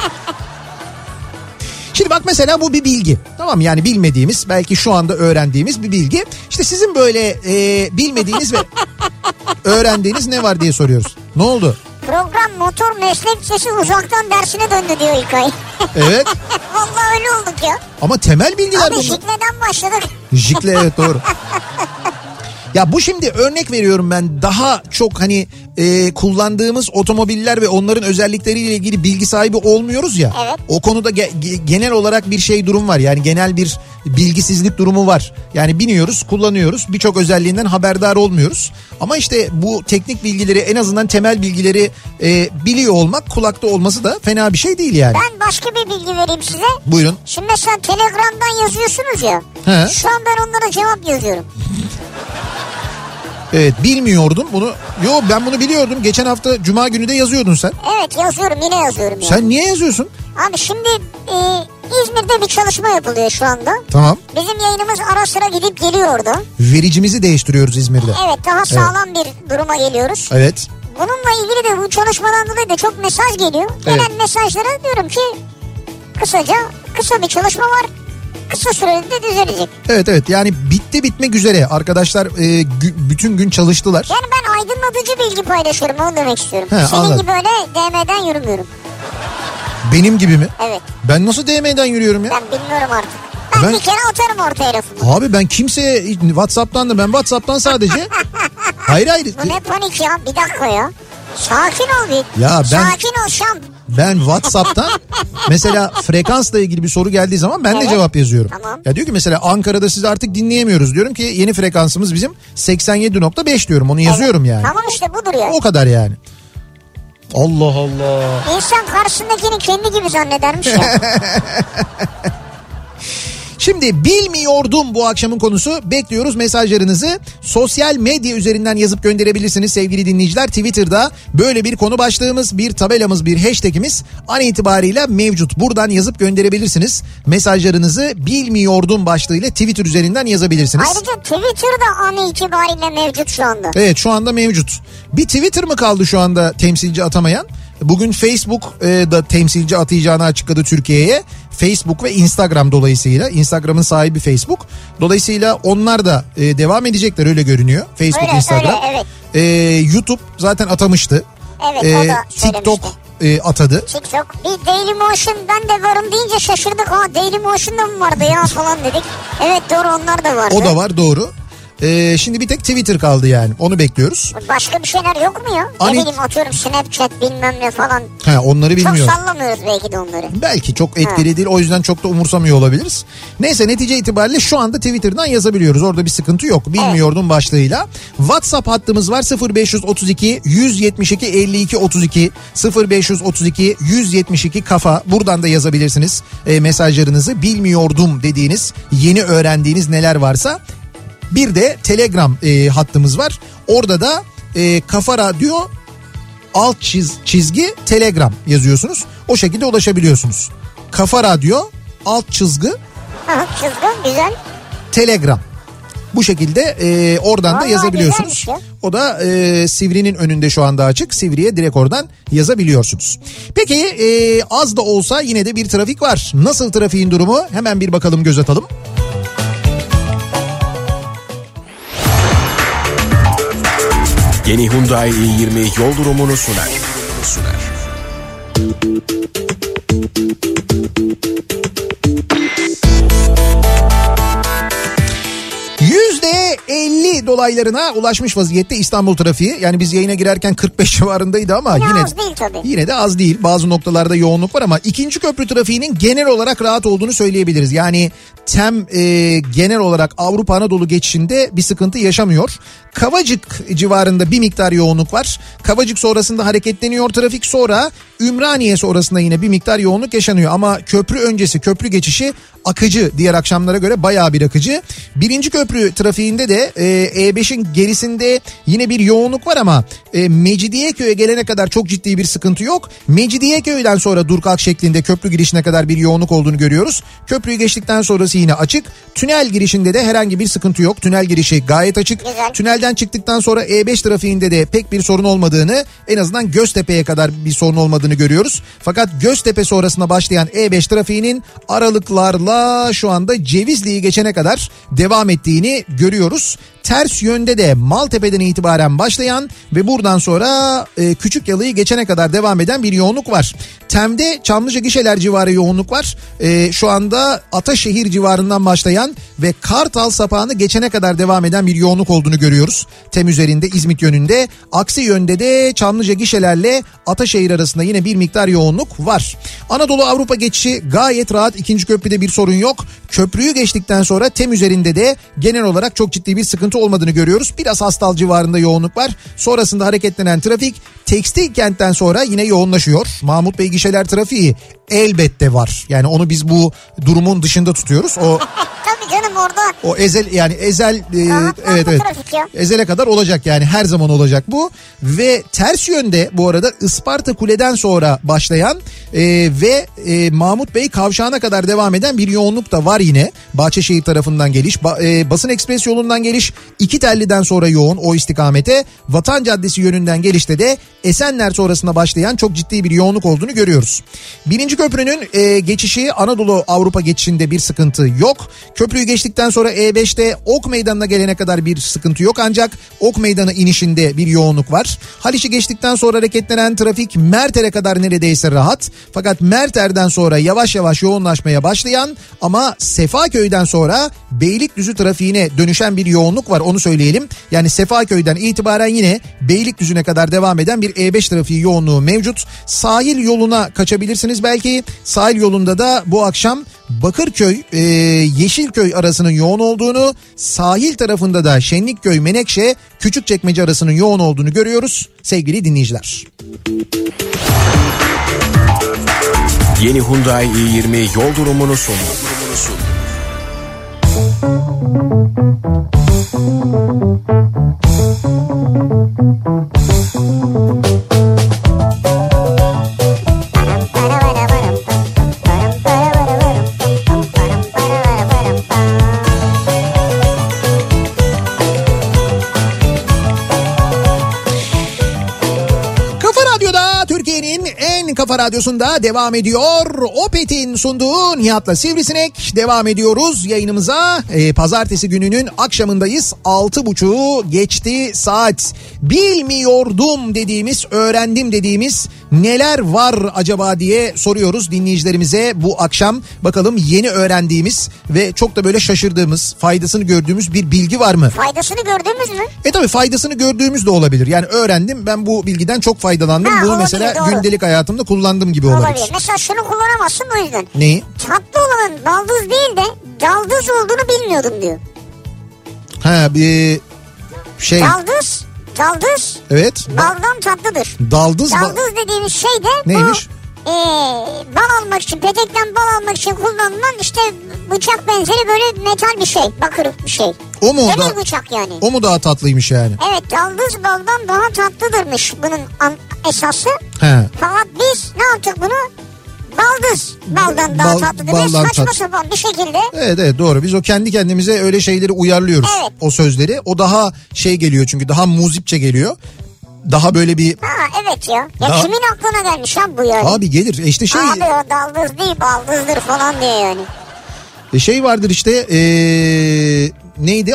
Şimdi bak mesela bu bir bilgi, tamam, yani bilmediğimiz, belki şu anda öğrendiğimiz bir bilgi. İşte sizin böyle bilmediğiniz ve öğrendiğiniz ne var diye soruyoruz. Ne oldu? Program motor meslek lisesi uzaktan dersine döndü diyor İlkay. Evet. Vallahi öyle olduk ya. Ama temel bilgiler bunlar. Abi Jikle'den başladık. Jikle, evet doğru. Ya bu şimdi örnek veriyorum ben, daha çok hani kullandığımız otomobiller ve onların özellikleriyle ilgili bilgi sahibi olmuyoruz ya. Evet. O konuda genel olarak bir şey durum var, yani genel bir bilgisizlik durumu var. Yani biniyoruz, kullanıyoruz, birçok özelliğinden haberdar olmuyoruz. Ama işte bu teknik bilgileri, en azından temel bilgileri biliyor olmak, kulakta olması da fena bir şey değil yani. Ben başka bir bilgi vereyim size. Buyurun. Şimdi mesela Telegram'dan yazıyorsunuz ya. He. Şu an ben onlara cevap yazıyorum. Evet, bilmiyordum bunu. Yo, ben bunu biliyordum. Geçen hafta Cuma günü de yazıyordun sen. Evet yazıyorum, yine yazıyorum. Yani. Sen niye yazıyorsun? Abi şimdi İzmir'de bir çalışma yapılıyor şu anda. Tamam. Bizim yayınımız ara sıra gidip geliyor orada. Vericimizi değiştiriyoruz İzmir'de. Evet, daha sağlam bir duruma geliyoruz. Evet. Bununla ilgili de bu çalışmadan dolayı da çok mesaj geliyor. Gelen mesajlara diyorum ki kısa bir çalışma var. Kısa sürede de düzelecek. Evet yani bitmek üzere arkadaşlar, bütün gün çalıştılar. Yani ben aydınlatıcı bilgi paylaşıyorum, onu demek istiyorum. Senin anladım. gibi öyle DM'den yürümüyorum. Benim gibi mi? Evet. Ben nasıl DM'den yürüyorum ya? Ben bilmiyorum artık. Ben bir kere atarım ortaya lafını. Abi ben kimseye WhatsApp'tan sadece. hayır. Bu ne panik ya, bir dakika ya. Sakin ol bir. Ya Sakin ol Şam. Ben WhatsApp'tan mesela frekansla ilgili bir soru geldiği zaman ben de cevap yazıyorum. Tamam. Ya diyor ki mesela Ankara'da sizi artık dinleyemiyoruz. Diyorum ki yeni frekansımız bizim 87.5 diyorum. Onu yazıyorum yani. Tamam işte budur ya. O kadar yani. Allah Allah. İnsan karşısındakini kendi gibi zannedermiş ya. Şimdi bilmiyordum bu akşamın konusu. Bekliyoruz mesajlarınızı. Sosyal medya üzerinden yazıp gönderebilirsiniz sevgili dinleyiciler. Twitter'da böyle bir konu başlığımız, bir tabelamız, bir hashtagimiz an itibariyle mevcut. Buradan yazıp gönderebilirsiniz. Mesajlarınızı bilmiyordum başlığıyla Twitter üzerinden yazabilirsiniz. Ayrıca Twitter'da an itibariyle mevcut şu anda. Evet, şu anda mevcut. Bir Twitter mı kaldı şu anda temsilci atamayan? Bugün Facebook da temsilci atayacağını açıkladı Türkiye'ye. Facebook ve Instagram dolayısıyla. Instagram'ın sahibi Facebook. Dolayısıyla onlar da devam edecekler, öyle görünüyor. Facebook, öyle, Instagram. Öyle, evet. YouTube zaten atamıştı. Evet, o da TikTok atadı. TikTok. Bir Dailymotion, ben de varım deyince şaşırdık. Dailymotion'da mı vardı ya falan dedik. Evet doğru, onlar da vardı. O da var, doğru. Şimdi bir tek Twitter kaldı yani. Onu bekliyoruz. Başka bir şeyler yok mu ya? Ne bileyim, atıyorum Snapchat bilmem ne falan. Onları bilmiyorum. Çok sallamıyoruz belki de onları. Belki çok etkili değil, o yüzden çok da umursamıyor olabiliriz. Neyse, netice itibariyle şu anda Twitter'dan yazabiliyoruz. Orada bir sıkıntı yok. Bilmiyordum başlığıyla. WhatsApp hattımız var 0532 172 52 32 0532 172 kafa. Buradan da yazabilirsiniz mesajlarınızı. Bilmiyordum dediğiniz, yeni öğrendiğiniz neler varsa. Bir de Telegram hattımız var. Orada da Kafa Radyo _çizgi Telegram yazıyorsunuz. O şekilde ulaşabiliyorsunuz. Kafa Radyo _çizgi güzel. Telegram. Bu şekilde oradan da yazabiliyorsunuz. O da Sivri'nin önünde şu anda açık. Sivri'ye direkt oradan yazabiliyorsunuz. Peki az da olsa yine de bir trafik var. Nasıl trafiğin durumu? Hemen bir bakalım, göz atalım. Yeni Hyundai i20 yol durumunu sunar. kolaylarına ulaşmış vaziyette İstanbul trafiği. Yani biz yayına girerken 45 civarındaydı ama yine az değil tabii. Yine de az değil. Bazı noktalarda yoğunluk var ama ikinci köprü trafiğinin genel olarak rahat olduğunu söyleyebiliriz. Yani TEM genel olarak Avrupa Anadolu geçişinde bir sıkıntı yaşamıyor. Kavacık civarında bir miktar yoğunluk var. Kavacık sonrasında hareketleniyor trafik, sonra Ümraniye sonrasında yine bir miktar yoğunluk yaşanıyor. Ama köprü öncesi, köprü geçişi akıcı, diğer akşamlara göre bayağı bir akıcı. Birinci köprü trafiğinde de E5'in gerisinde yine bir yoğunluk var ama Mecidiyeköy'e gelene kadar çok ciddi bir sıkıntı yok. Mecidiyeköy'den sonra dur kalk şeklinde köprü girişine kadar bir yoğunluk olduğunu görüyoruz. Köprüyü geçtikten sonrası yine açık. Tünel girişinde de herhangi bir sıkıntı yok. Tünel girişi gayet açık. Güzel. Tünelden çıktıktan sonra E5 trafiğinde de pek bir sorun olmadığını, en azından Göztepe'ye kadar bir sorun olmadığını görüyoruz. Fakat Göztepe sonrasında başlayan E5 trafiğinin aralıklarla şu anda Cevizli'yi geçene kadar devam ettiğini görüyoruz. Ters yönde de Maltepe'den itibaren başlayan ve buradan sonra Küçükyalı'yı geçene kadar devam eden bir yoğunluk var. TEM'de Çamlıca Gişeler civarı yoğunluk var. Şu anda Ataşehir civarından başlayan ve Kartal sapağını geçene kadar devam eden bir yoğunluk olduğunu görüyoruz. TEM üzerinde İzmit yönünde. Aksi yönde de Çamlıca Gişelerle Ataşehir arasında yine bir miktar yoğunluk var. Anadolu Avrupa geçişi gayet rahat. İkinci köprüde bir sorun yok. Köprüyü geçtikten sonra TEM üzerinde de genel olarak çok ciddi bir sıkıntı olmadığını görüyoruz. Biraz Hastal civarında yoğunluk var. Sonrasında hareketlenen trafik Tekstil kentten sonra yine yoğunlaşıyor. Mahmut Bey gişeler trafiği elbette var. Yani onu biz bu durumun dışında tutuyoruz. O tabii canım orada. O ezel evet. Ezele kadar olacak yani, her zaman olacak bu. Ve ters yönde bu arada Isparta Kule'den sonra başlayan ve Mahmut Bey kavşağına kadar devam eden bir yoğunluk da var yine. Bahçeşehir tarafından geliş, Basın Ekspres yolundan geliş, İkitelli'den sonra yoğun o istikamete. Vatan Caddesi yönünden gelişte de Esenler sonrasında başlayan çok ciddi bir yoğunluk olduğunu görüyoruz. Birinci köprünün geçişi Anadolu Avrupa geçişinde bir sıkıntı yok. Köprüyü geçtikten sonra E5'te Ok Meydanı'na gelene kadar bir sıkıntı yok, ancak Ok Meydanı inişinde bir yoğunluk var. Haliç'i geçtikten sonra hareketlenen trafik Merter'e kadar neredeyse rahat. Fakat Merter'den sonra yavaş yavaş yoğunlaşmaya başlayan ama Sefaköy'den sonra Beylikdüzü trafiğine dönüşen bir yoğunluk var, onu söyleyelim. Yani Sefaköy'den itibaren yine Beylikdüzü'ne kadar devam eden bir E5 trafiği yoğunluğu mevcut. Sahil yoluna kaçabilirsiniz belki. Sahil yolunda da bu akşam Bakırköy, Yeşilköy arasının yoğun olduğunu, sahil tarafında da Şenlikköy, Menekşe, Küçükçekmece arasının yoğun olduğunu görüyoruz sevgili dinleyiciler. Yeni Hyundai i20 yol durumunu sunuyor. Kafa Radyosu'nda devam ediyor. Opet'in sunduğu Nihat'la Sivrisinek devam ediyoruz yayınımıza. Pazartesi gününün akşamındayız. 6.30'u geçti saat. Bilmiyordum dediğimiz, öğrendim dediğimiz neler var acaba diye soruyoruz dinleyicilerimize bu akşam. Bakalım yeni öğrendiğimiz ve çok da böyle şaşırdığımız, faydasını gördüğümüz bir bilgi var mı? Faydasını gördüğümüz mü? Tabii faydasını gördüğümüz de olabilir. Yani öğrendim, ben bu bilgiden çok faydalandım. Bunu olabilir, mesela doğru, gündelik hayatımda kullandım gibi olabilir. Mesela şunu kullanamazsın o yüzden. Neyi? Tatlı olanın baldız değil de daldız olduğunu bilmiyordum diyor. Ha bir şey. Daldız. Evet. Baldan tatlıdır. Daldız dediğimiz şey de neymiş? Bal almak için, petekten bal almak için kullanılan işte bıçak benzeri böyle metal bir şey, bakır bir şey. O mu demir bıçak yani. O mu daha tatlıymış yani? Evet, daldız baldan daha tatlıdırmış bunun esası. He. Fakat biz ne yaptık bunu? Baldan daha tatlıdır. Saçma sapan bir şekilde. Evet doğru. Biz o kendi kendimize öyle şeyleri uyarlıyoruz. Evet. O sözleri. O daha şey geliyor çünkü, daha muzipçe geliyor. Daha böyle bir... Ha evet ya. Ya kimin aklına gelmiş lan bu yani? Abi gelir işte şey... Abi o daldız değil baldızdır falan diye yani. Şey vardır işte neydi?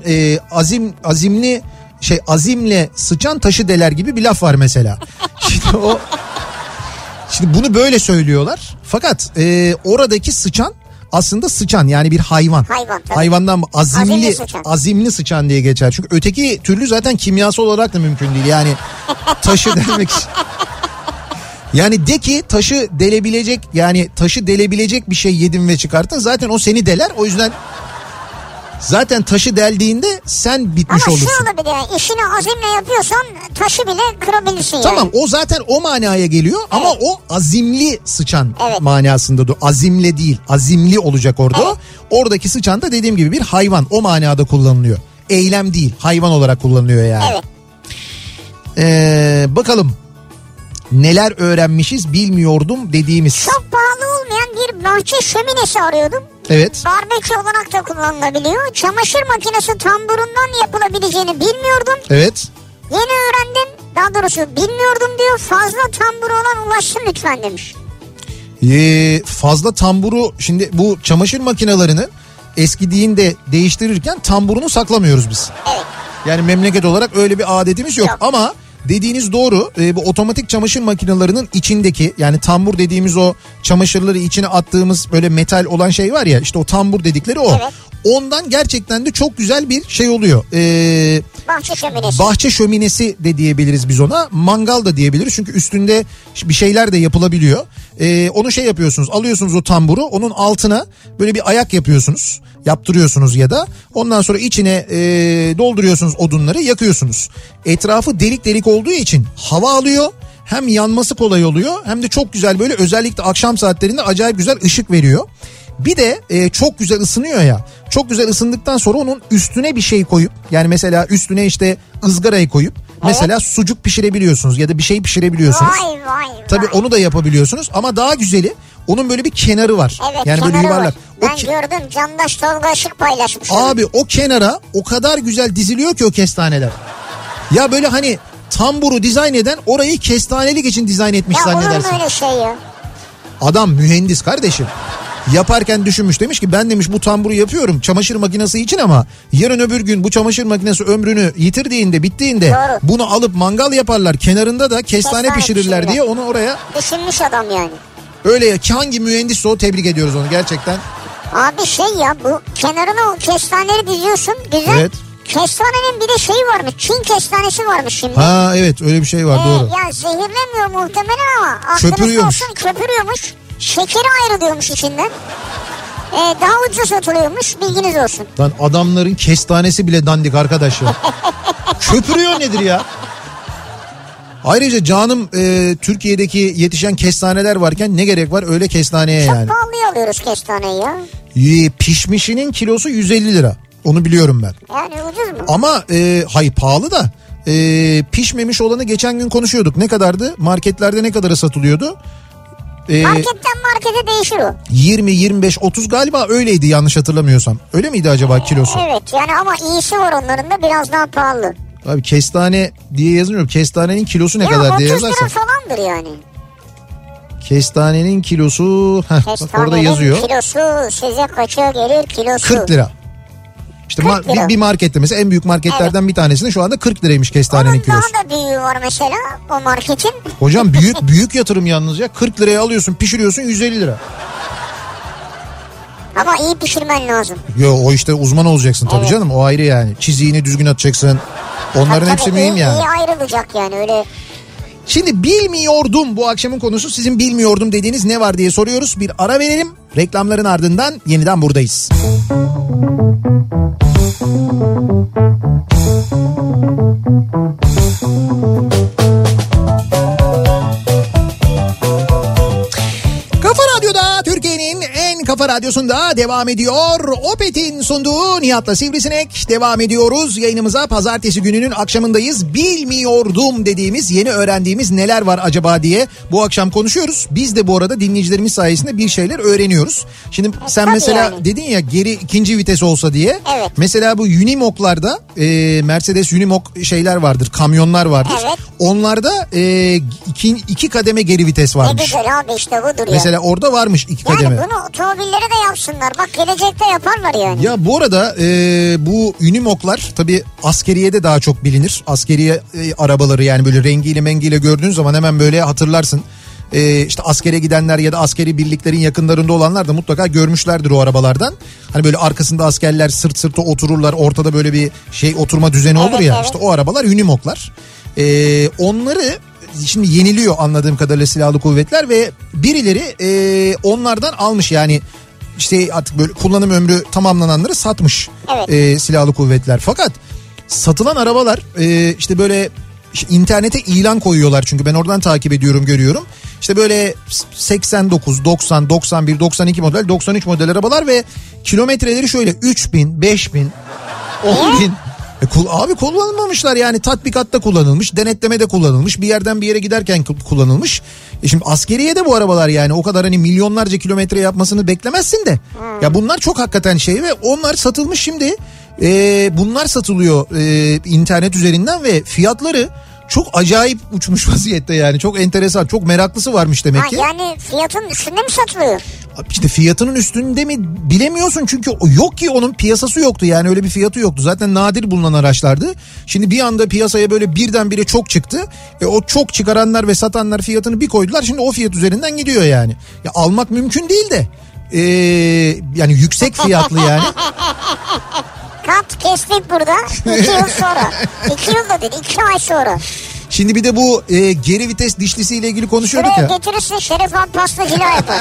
Azimle sıçan taşı deler gibi bir laf var mesela. Şimdi bunu böyle söylüyorlar. Fakat oradaki sıçan aslında sıçan, yani bir hayvan. Hayvan tabii. Hayvandan Azimli azimli sıçan diye geçer. Çünkü öteki türlü zaten kimyasal olarak da mümkün değil. Yani taşı delmek için. Yani de ki taşı delebilecek bir şey yedin ve çıkarttın, zaten o seni deler. O yüzden zaten taşı deldiğinde sen bitmiş olursun. Ama şu olabilir yani, işini azimle yapıyorsan taşı bile kırabilirsin yani. Tamam, o zaten o manaya geliyor, evet. Ama o azimli sıçan, evet. Manasında da azimle değil, azimli olacak orada. Evet. Oradaki sıçan da dediğim gibi bir hayvan, o manada kullanılıyor. Eylem değil, hayvan olarak kullanılıyor yani. Evet. Bakalım neler öğrenmişiz bilmiyordum dediğimiz. Çok pahalı olmayan bir bahçe şöminesi arıyordum. Evet. Barbekü olarak da kullanılabiliyor. Çamaşır makinesi tamburundan yapılabileceğini bilmiyordum. Evet. Yeni öğrendim. Daha doğrusu bilmiyordum diyor. Fazla tamburu olan ulaşsın lütfen demiş. Fazla tamburu, şimdi bu çamaşır makinelerini eskidiğinde değiştirirken tamburunu saklamıyoruz biz. Evet. Yani memleket olarak öyle bir adetimiz yok. Ama dediğiniz doğru, bu otomatik çamaşır makinelerinin içindeki, yani tambur dediğimiz o çamaşırları içine attığımız böyle metal olan şey var ya, işte o tambur dedikleri o. Evet. Ondan gerçekten de çok güzel bir şey oluyor. Bahçe şöminesi. Bahçe şöminesi de diyebiliriz biz ona. Mangal da diyebiliriz çünkü üstünde bir şeyler de yapılabiliyor. Onu şey yapıyorsunuz, alıyorsunuz o tamburu, onun altına böyle bir ayak yapıyorsunuz. Yaptırıyorsunuz ya da ondan sonra içine dolduruyorsunuz odunları, yakıyorsunuz. Etrafı delik delik olduğu için hava alıyor. Hem yanması kolay oluyor hem de çok güzel, böyle özellikle akşam saatlerinde acayip güzel ışık veriyor. Bir de çok güzel ısınıyor ya. Çok güzel ısındıktan sonra onun üstüne bir şey koyup, yani mesela üstüne işte ızgarayı koyup mesela sucuk pişirebiliyorsunuz ya da bir şey pişirebiliyorsunuz. Vay. Tabii onu da yapabiliyorsunuz ama daha güzeli onun böyle bir kenarı var. Evet, yani kenarı böyle yuvarlak. Ben gördüm, Candaş Tolga Işık paylaşmış. Abi o kenara o kadar güzel diziliyor ki o kestaneler. Ya böyle hani tamburu dizayn eden orayı kestanelik için dizayn etmiş ya zannedersin. Ya olur mu öyle şey ya? Adam mühendis kardeşim. Yaparken düşünmüş, demiş ki ben demiş bu tamburu yapıyorum çamaşır makinesi için ama yarın öbür gün bu çamaşır makinesi ömrünü yitirdiğinde, bittiğinde doğru, bunu alıp mangal yaparlar, kenarında da kestane pişirirler diye onu oraya. Düşünmüş adam yani. Öyle ya, ki hangi mühendisse o, tebrik ediyoruz onu gerçekten. Abi şey ya, bu kenarına o kestaneleri diziyorsun, güzel. Evet. Kestanenin bir de şeyi varmış, Çin kestanesi varmış şimdi. Ha evet, öyle bir şey var, doğru. Ya zehirlemiyor muhtemelen ama köpürüyormuş. Köpürüyormuş. Şekeri ayrılıyormuş içinden. Daha ucuz satılıyormuş, bilginiz olsun. Lan adamların kestanesi bile dandik arkadaş ya. Köpürüyor nedir ya? Ayrıca canım Türkiye'deki yetişen kestaneler varken ne gerek var öyle kestaneye çok yani. Çok pahalıya alıyoruz kestaneyi ya. Pişmişinin kilosu 150 lira. Onu biliyorum ben. Yani ucuz mu? Ama hayır, pahalı da pişmemiş olanı geçen gün konuşuyorduk. Ne kadardı? Marketlerde ne kadara satılıyordu? Marketten markete değişir o. 20, 25, 30 galiba öyleydi yanlış hatırlamıyorsam. Öyle miydi acaba kilosu? Evet yani, ama iyisi var onların da, biraz daha pahalı. Abi kestane diye yazmıyorum. Kestanenin kilosu ne kadar diye yazarsan. 30 lira falandır yani. Kestanenin kilosu bak orada yazıyor. Kilosu size kaça gelir kilosu? 40 lira. İşte bir markette mesela, en büyük marketlerden bir tanesinde şu anda 40 liraymış kestanenin kilosu. Onun daha da büyüğü var mesela o marketin. Hocam büyük yatırım yalnız ya. 40 liraya alıyorsun, pişiriyorsun, 150 lira. Ama iyi pişirmen lazım. Yo, o işte uzman olacaksın tabii canım, o ayrı yani. Çiziğini düzgün atacaksın. Onların hepsi mühim yani. İyi ayrılacak yani öyle. Şimdi bilmiyordum, bu akşamın konusu. Sizin bilmiyordum dediğiniz ne var diye soruyoruz. Bir ara verelim. Reklamların ardından yeniden buradayız. Kafa Radyo'da, Türkiye'nin en kafa radyosunda devam ediyor. Opet'in sunduğu Nihat'la Sivrisinek devam ediyoruz. Yayınımıza pazartesi gününün akşamındayız. Bilmiyordum dediğimiz, yeni öğrendiğimiz neler var acaba diye bu akşam konuşuyoruz. Biz de bu arada dinleyicilerimiz sayesinde bir şeyler öğreniyoruz. Şimdi sen mesela yani dedin ya, geri ikinci vites olsa diye. Evet. Mesela bu Unimog'larda Mercedes Unimog şeyler vardır, kamyonlar vardır. Evet. Onlarda iki kademe geri vites varmış. Ne güzel abi, işte budur ya. Mesela orada varmış iki kademe. Yani bunu otomobillere de yapsınlar. Bak gelecekte yaparlar yani. Ya bu arada bu Unimog'lar tabii askeriyede daha çok bilinir. Askeriye arabaları, yani böyle rengiyle mengiyle gördüğün zaman hemen böyle hatırlarsın. işte askere gidenler ya da askeri birliklerin yakınlarında olanlar da mutlaka görmüşlerdir o arabalardan. Hani böyle arkasında askerler sırt sırta otururlar, ortada böyle bir şey oturma düzeni olur ya. Evet. İşte o arabalar Unimog'lar. Onları şimdi yeniliyor anladığım kadarıyla silahlı kuvvetler ve birileri onlardan almış yani. İşte artık böyle kullanım ömrü tamamlananları satmış, evet. Silahlı kuvvetler. Fakat satılan arabalar işte böyle işte internete ilan koyuyorlar çünkü ben oradan takip ediyorum, görüyorum. İşte böyle 89, 90, 91, 92 model, 93 model arabalar ve kilometreleri şöyle 3000, 5000, 10.000. Abi kullanılmamışlar yani, tatbikatta kullanılmış, denetlemede kullanılmış, bir yerden bir yere giderken kullanılmış. Şimdi askeriye de bu arabalar yani o kadar hani milyonlarca kilometre yapmasını beklemezsin de. Ya bunlar çok hakikaten şey ve onlar satılmış şimdi. Bunlar satılıyor internet üzerinden ve fiyatları çok acayip uçmuş vaziyette yani, çok enteresan, çok meraklısı varmış demek ki. Yani fiyatın üstünde mi satılıyor? İşte fiyatının üstünde mi bilemiyorsun çünkü yok ki, onun piyasası yoktu yani, öyle bir fiyatı yoktu. Zaten nadir bulunan araçlardı. Şimdi bir anda piyasaya böyle birdenbire çok çıktı. O çok çıkaranlar ve satanlar fiyatını bir koydular. Şimdi o fiyat üzerinden gidiyor yani. Ya almak mümkün değil de yani yüksek fiyatlı yani. Kat kestik burada 2 yıl sonra. 2 yıl da değil, 2 ay sonra. Şimdi bir de bu geri vites dişlisiyle ilgili konuşuyorduk ya. Şuraya getirirsin Şeref abi, pasta cila yapar.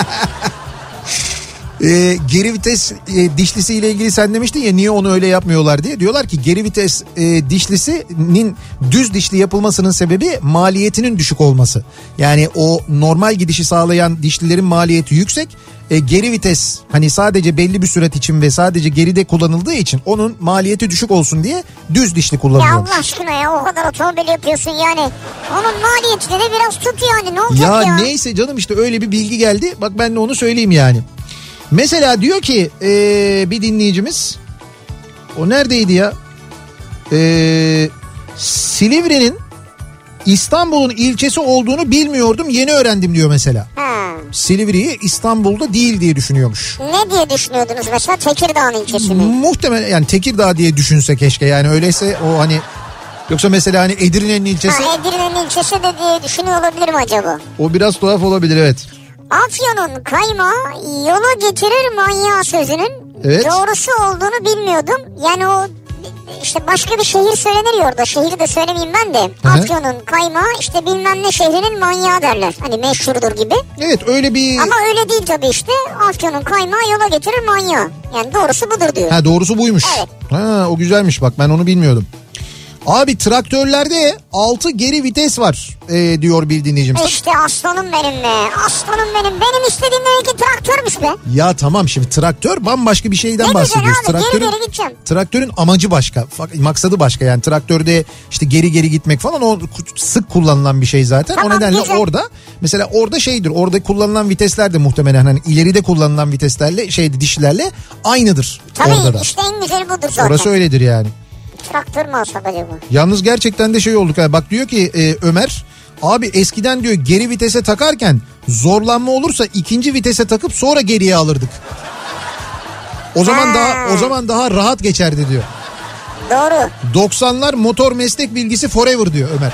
Geri vites dişlisiyle ilgili sen demiştin ya niye onu öyle yapmıyorlar diye. Diyorlar ki geri vites dişlisinin düz dişli yapılmasının sebebi maliyetinin düşük olması. Yani o normal gidişi sağlayan dişlilerin maliyeti yüksek. Geri vites hani sadece belli bir sürat için ve sadece geride kullanıldığı için onun maliyeti düşük olsun diye düz dişli kullanılıyor. Ya Allah aşkına ya, o kadar otomobil yapıyorsun yani. Onun maliyetini de biraz tut yani, ne olacak ya? Ya neyse canım, işte öyle bir bilgi geldi. Bak ben de onu söyleyeyim yani. Mesela diyor ki bir dinleyicimiz, o neredeydi ya? Silivri'nin İstanbul'un ilçesi olduğunu bilmiyordum, yeni öğrendim diyor mesela. Silivri'yi İstanbul'da değil diye düşünüyormuş. Ne diye düşünüyordunuz mesela, Tekirdağ'ın ilçesi mi? Muhtemelen yani Tekirdağ diye düşünse keşke yani, öyleyse o hani, yoksa mesela hani Edirne'nin ilçesi. Edirne'nin ilçesi de diye düşünüyor olabilir mi acaba? O biraz tuhaf olabilir, evet. Afyon'un kaymağı yola getirir manyağı sözünün doğrusu olduğunu bilmiyordum. Yani o işte başka bir şehir söylenir ya orada. Şehri de söylemeyeyim ben de. Afyon'un kaymağı işte bilmem ne şehrinin manyağı derler. Hani meşhurdur gibi. Evet öyle bir... Ama öyle değil tabii işte. Afyon'un kaymağı yola getirir manyağı. Yani doğrusu budur diyor. Ha, doğrusu buymuş. Evet. Ha, o güzelmiş bak, ben onu bilmiyordum. Abi traktörlerde 6 geri vites var diyor bir dinleyicimiz. İşte aslanım benim be. Aslanım benim. Benim istediğim demek ki traktörmüş be. Ya tamam, şimdi traktör bambaşka bir şeyden ne bahsediyoruz. Güzel abi, geri gideceğim. Traktörün amacı başka. Maksadı başka yani. Traktörde işte geri gitmek falan, o sık kullanılan bir şey zaten. Tamam, o nedenle güzel. Orada mesela orada şeydir. Orada kullanılan vitesler de muhtemelen hani ileride kullanılan viteslerle dişlerle aynıdır. Tabii orada da. işte en güzeli budur zaten. Orası öyledir yani. Traktör mü alsak acaba? Yalnız gerçekten de şey olduk. Bak diyor ki Ömer, abi eskiden diyor geri vitese takarken zorlanma olursa ikinci vitese takıp sonra geriye alırdık. O zaman daha rahat geçerdi diyor. Doğru. 90'lar motor meslek bilgisi forever diyor Ömer.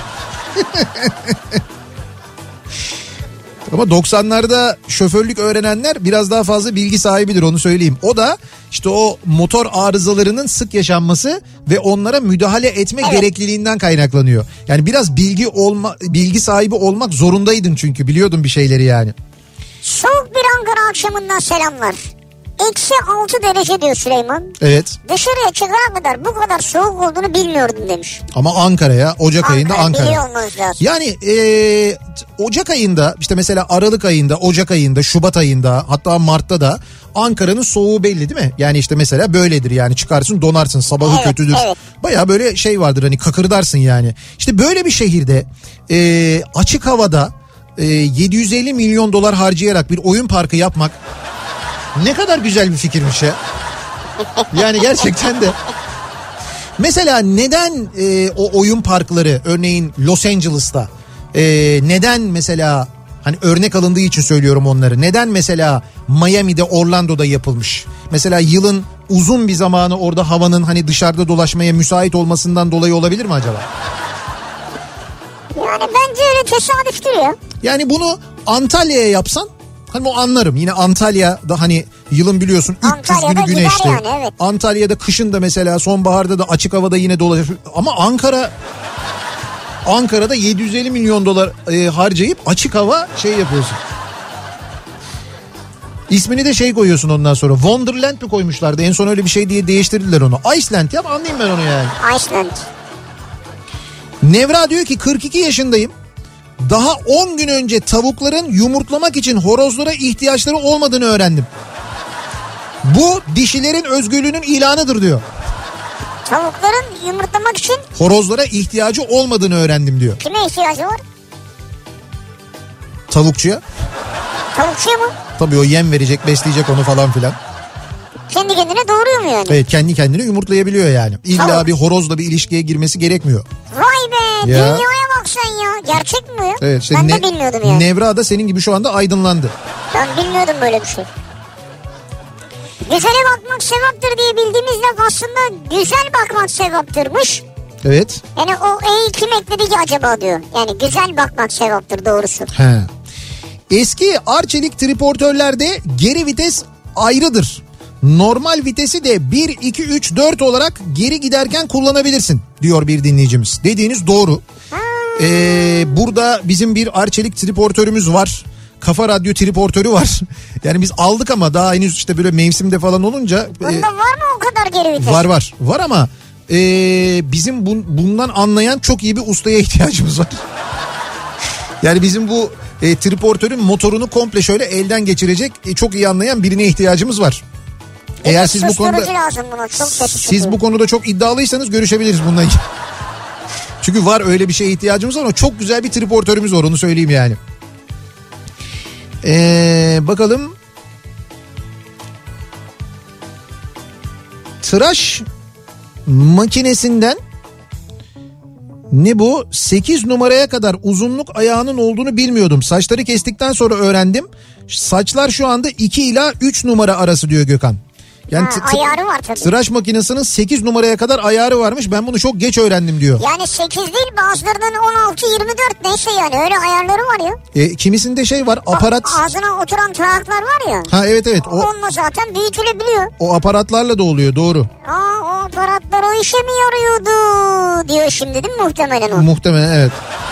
Ama 90'larda şoförlük öğrenenler biraz daha fazla bilgi sahibidir, onu söyleyeyim. O da işte o motor arızalarının sık yaşanması ve onlara müdahale etme gerekliliğinden kaynaklanıyor. Yani biraz bilgi sahibi olmak zorundaydın çünkü biliyordun bir şeyleri yani. Soğuk bir Ankara akşamından selamlar. -6 derece diyor Süleyman. Evet. Dışarıya çıkana kadar bu kadar soğuk olduğunu bilmiyordum demiş. Ama Ankara'ya Ocak ayında Ankara. Biliyor olmanız lazım. Yani Ocak ayında işte mesela Aralık ayında, Ocak ayında, Şubat ayında, hatta Mart'ta da Ankara'nın soğuğu belli değil mi? Yani işte mesela böyledir yani, çıkarsın donarsın, sabahı kötüdür. Evet. Baya böyle şey vardır hani, kakırdarsın yani. İşte böyle bir şehirde açık havada 750 milyon dolar harcayarak bir oyun parkı yapmak ne kadar güzel bir fikirmiş ya. Yani gerçekten de. Mesela neden o oyun parkları örneğin Los Angeles'ta neden mesela, hani örnek alındığı için söylüyorum onları. Neden mesela Miami'de, Orlando'da yapılmış? Mesela yılın uzun bir zamanı orada havanın hani dışarıda dolaşmaya müsait olmasından dolayı olabilir mi acaba? Yani bence öyle tesadüftür ya. Yani bunu Antalya'ya yapsan hani o anlarım. Yine Antalya'da hani yılın biliyorsun 300 günü güneşli. Yani, evet. Antalya'da kışın da mesela sonbaharda da açık havada yine dolaşır. Ama Ankara'da 750 milyon dolar harcayıp açık hava şey yapıyorsun. İsmini de şey koyuyorsun ondan sonra. Wonderland mi koymuşlardı? En son öyle bir şey diye değiştirdiler onu. Iceland yap, anlayayım ben onu yani. Iceland. Nevra diyor ki 42 yaşındayım. Daha 10 gün önce tavukların yumurtlamak için horozlara ihtiyaçları olmadığını öğrendim. Bu dişilerin özgürlüğünün ilanıdır diyor. Tavukların yumurtlamak için horozlara ihtiyacı olmadığını öğrendim diyor. Kime ihtiyacı var? Tavukçuya. Tavukçuya mı? Tabii o yem verecek, besleyecek onu falan filan. Kendi kendine doğuruyor mu yani? Evet, kendi kendine yumurtlayabiliyor yani. İlla tamam. Bir horozla bir ilişkiye girmesi gerekmiyor. Vay be, ya. Dünyaya bak sen ya. Gerçek mi bu ya? Evet, işte ben de bilmiyordum yani. Nevra da senin gibi şu anda aydınlandı. Ben bilmiyordum böyle bir şey. Güzele bakmak sevaptır diye bildiğimiz laf aslında güzel bakmak sevaptırmış. Evet. Yani o kim ekledi ki acaba diyor. Yani güzel bakmak sevaptır doğrusu. He. Eski Arçelik triportörlerde geri vites ayrıdır. Normal vitesi de 1, 2, 3, 4 olarak geri giderken kullanabilirsin diyor bir dinleyicimiz. Dediğiniz doğru. Burada bizim bir Arçelik triportörümüz var. Kafa Radyo triportörü var. Yani biz aldık ama daha henüz işte böyle mevsimde falan olunca. Bunda var mı o kadar geri vites? Var ama bizim bundan anlayan çok iyi bir ustaya ihtiyacımız var. Yani bizim bu triportörün motorunu komple şöyle elden geçirecek çok iyi anlayan birine ihtiyacımız var. Eğer siz bu konuda çok iddialıysanız görüşebiliriz bununla ilgili. Çünkü var öyle bir şeye ihtiyacımız var ama çok güzel bir triportörümüz var, onu söyleyeyim yani. Bakalım. Tıraş makinesinden ne bu? 8 numaraya kadar uzunluk ayağının olduğunu bilmiyordum. Saçları kestikten sonra öğrendim. Saçlar şu anda 2 ila 3 numara arası diyor Gökhan. Yani ayarı var tabii. Tıraş makinesinin 8 numaraya kadar ayarı varmış. Ben bunu çok geç öğrendim diyor. Yani 8 değil, bazılarının 16, 24 neyse yani öyle ayarları var ya. Kimisinde şey var, aparat. Ağzına oturan tırnaklar var ya. Ha evet. Onunla zaten büyütülebiliyor. O aparatlarla da oluyor, doğru. O aparatlar o işe mi yarıyordu diyor şimdi değil mi muhtemelen o? Muhtemelen evet.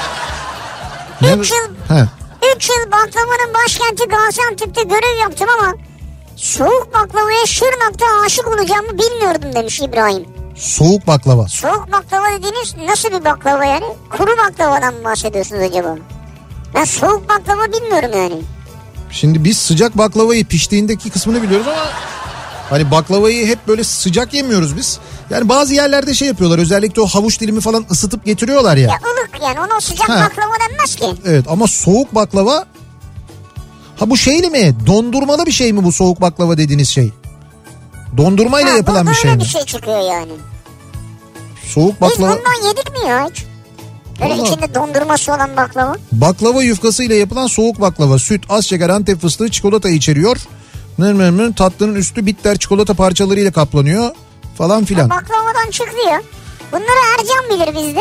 3 yıl baklavanın başkenti Gaziantep'te görev yaptım ama soğuk baklavaya Şırnak'ta aşık olacağımı bilmiyordum demiş İbrahim. Soğuk baklava. Soğuk baklava dediğiniz nasıl bir baklava yani? Kuru baklavadan mı bahsediyorsunuz acaba? Ben soğuk baklava bilmiyorum yani. Şimdi biz sıcak baklavayı piştiğindeki kısmını biliyoruz ama hani baklavayı hep böyle sıcak yemiyoruz biz. Yani bazı yerlerde şey yapıyorlar, özellikle o havuç dilimi falan ısıtıp getiriyorlar ya. Ya ılık yani, ona sıcak baklava denmez ki. Evet ama soğuk baklava. Ha bu şeyli mi? Dondurmalı bir şey mi bu soğuk baklava dediğiniz şey? Dondurmayla yapılan bir şey mi? Bir şey çıkıyor yani. Soğuk baklava. Biz bundan yedik mi ya hiç? Böyle içinde dondurması olan baklava. Baklava yufkasıyla yapılan soğuk baklava. Süt, az şeker, Antep fıstığı, çikolata içeriyor. Tatlının üstü bitter çikolata parçalarıyla kaplanıyor falan filan. Baklavadan çıktı ya. Bunları Ercan bilir bizde.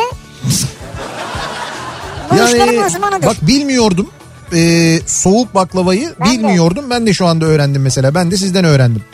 Bu yani, işlerin uzmanıdır. Bak bilmiyordum. Soğuk baklavayı bilmiyordum. Ben de şu anda öğrendim mesela. Ben de sizden öğrendim.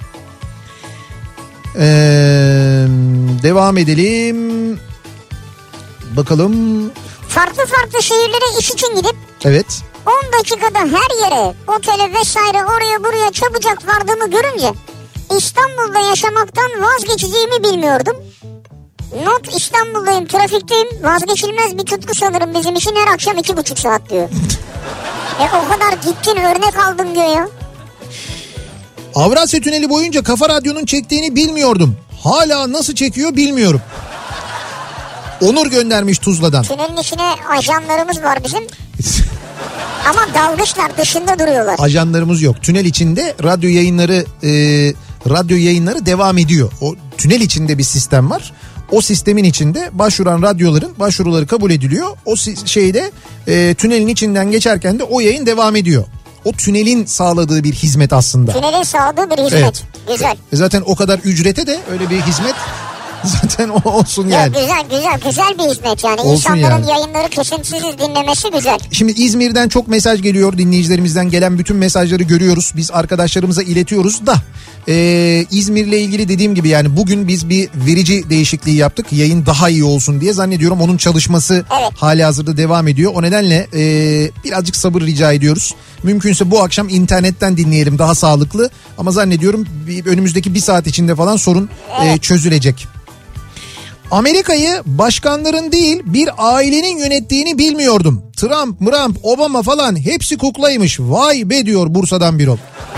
Devam edelim. Bakalım. Farklı şehirlere iş için gidip. Evet. 10 dakikada her yere, otele vesaire oraya buraya çabucak vardığımı görünce İstanbul'da yaşamaktan vazgeçeceğimi bilmiyordum. Not: İstanbul'dayım, trafikteyim, vazgeçilmez bir tutku sanırım bizim için, her akşam 2,5 saat diyor. O kadar gittin, örnek aldın diyor ya. Avrasya Tüneli boyunca Kafa Radyo'nun çektiğini bilmiyordum. Hala nasıl çekiyor bilmiyorum. Onur göndermiş Tuzla'dan. Tünelin içine ajanlarımız var bizim. Ama dalgıçlar dışında duruyorlar. Ajanlarımız yok. Tünel içinde radyo yayınları devam ediyor. O tünel içinde bir sistem var. O sistemin içinde başvuran radyoların başvuruları kabul ediliyor. O tünelin içinden geçerken de o yayın devam ediyor. O tünelin sağladığı bir hizmet aslında. Tünelin sağladığı bir hizmet. Evet. Güzel. Zaten o kadar ücrete de öyle bir hizmet Zaten o olsun yani. Ya güzel bir hizmet yani. Olsun İnsanların yani. yayınları kesintisiz dinlemesi güzel. Şimdi İzmir'den çok mesaj geliyor, dinleyicilerimizden gelen bütün mesajları görüyoruz. Biz arkadaşlarımıza iletiyoruz da İzmir'le ilgili dediğim gibi yani bugün biz bir verici değişikliği yaptık. Yayın daha iyi olsun diye, zannediyorum onun çalışması halihazırda devam ediyor. O nedenle birazcık sabır rica ediyoruz. Mümkünse bu akşam internetten dinleyelim, daha sağlıklı. Ama zannediyorum önümüzdeki bir saat içinde falan sorun çözülecek. Amerika'yı başkanların değil bir ailenin yönettiğini bilmiyordum. Trump, Obama falan hepsi kuklaymış. Vay be diyor Bursa'dan Birol.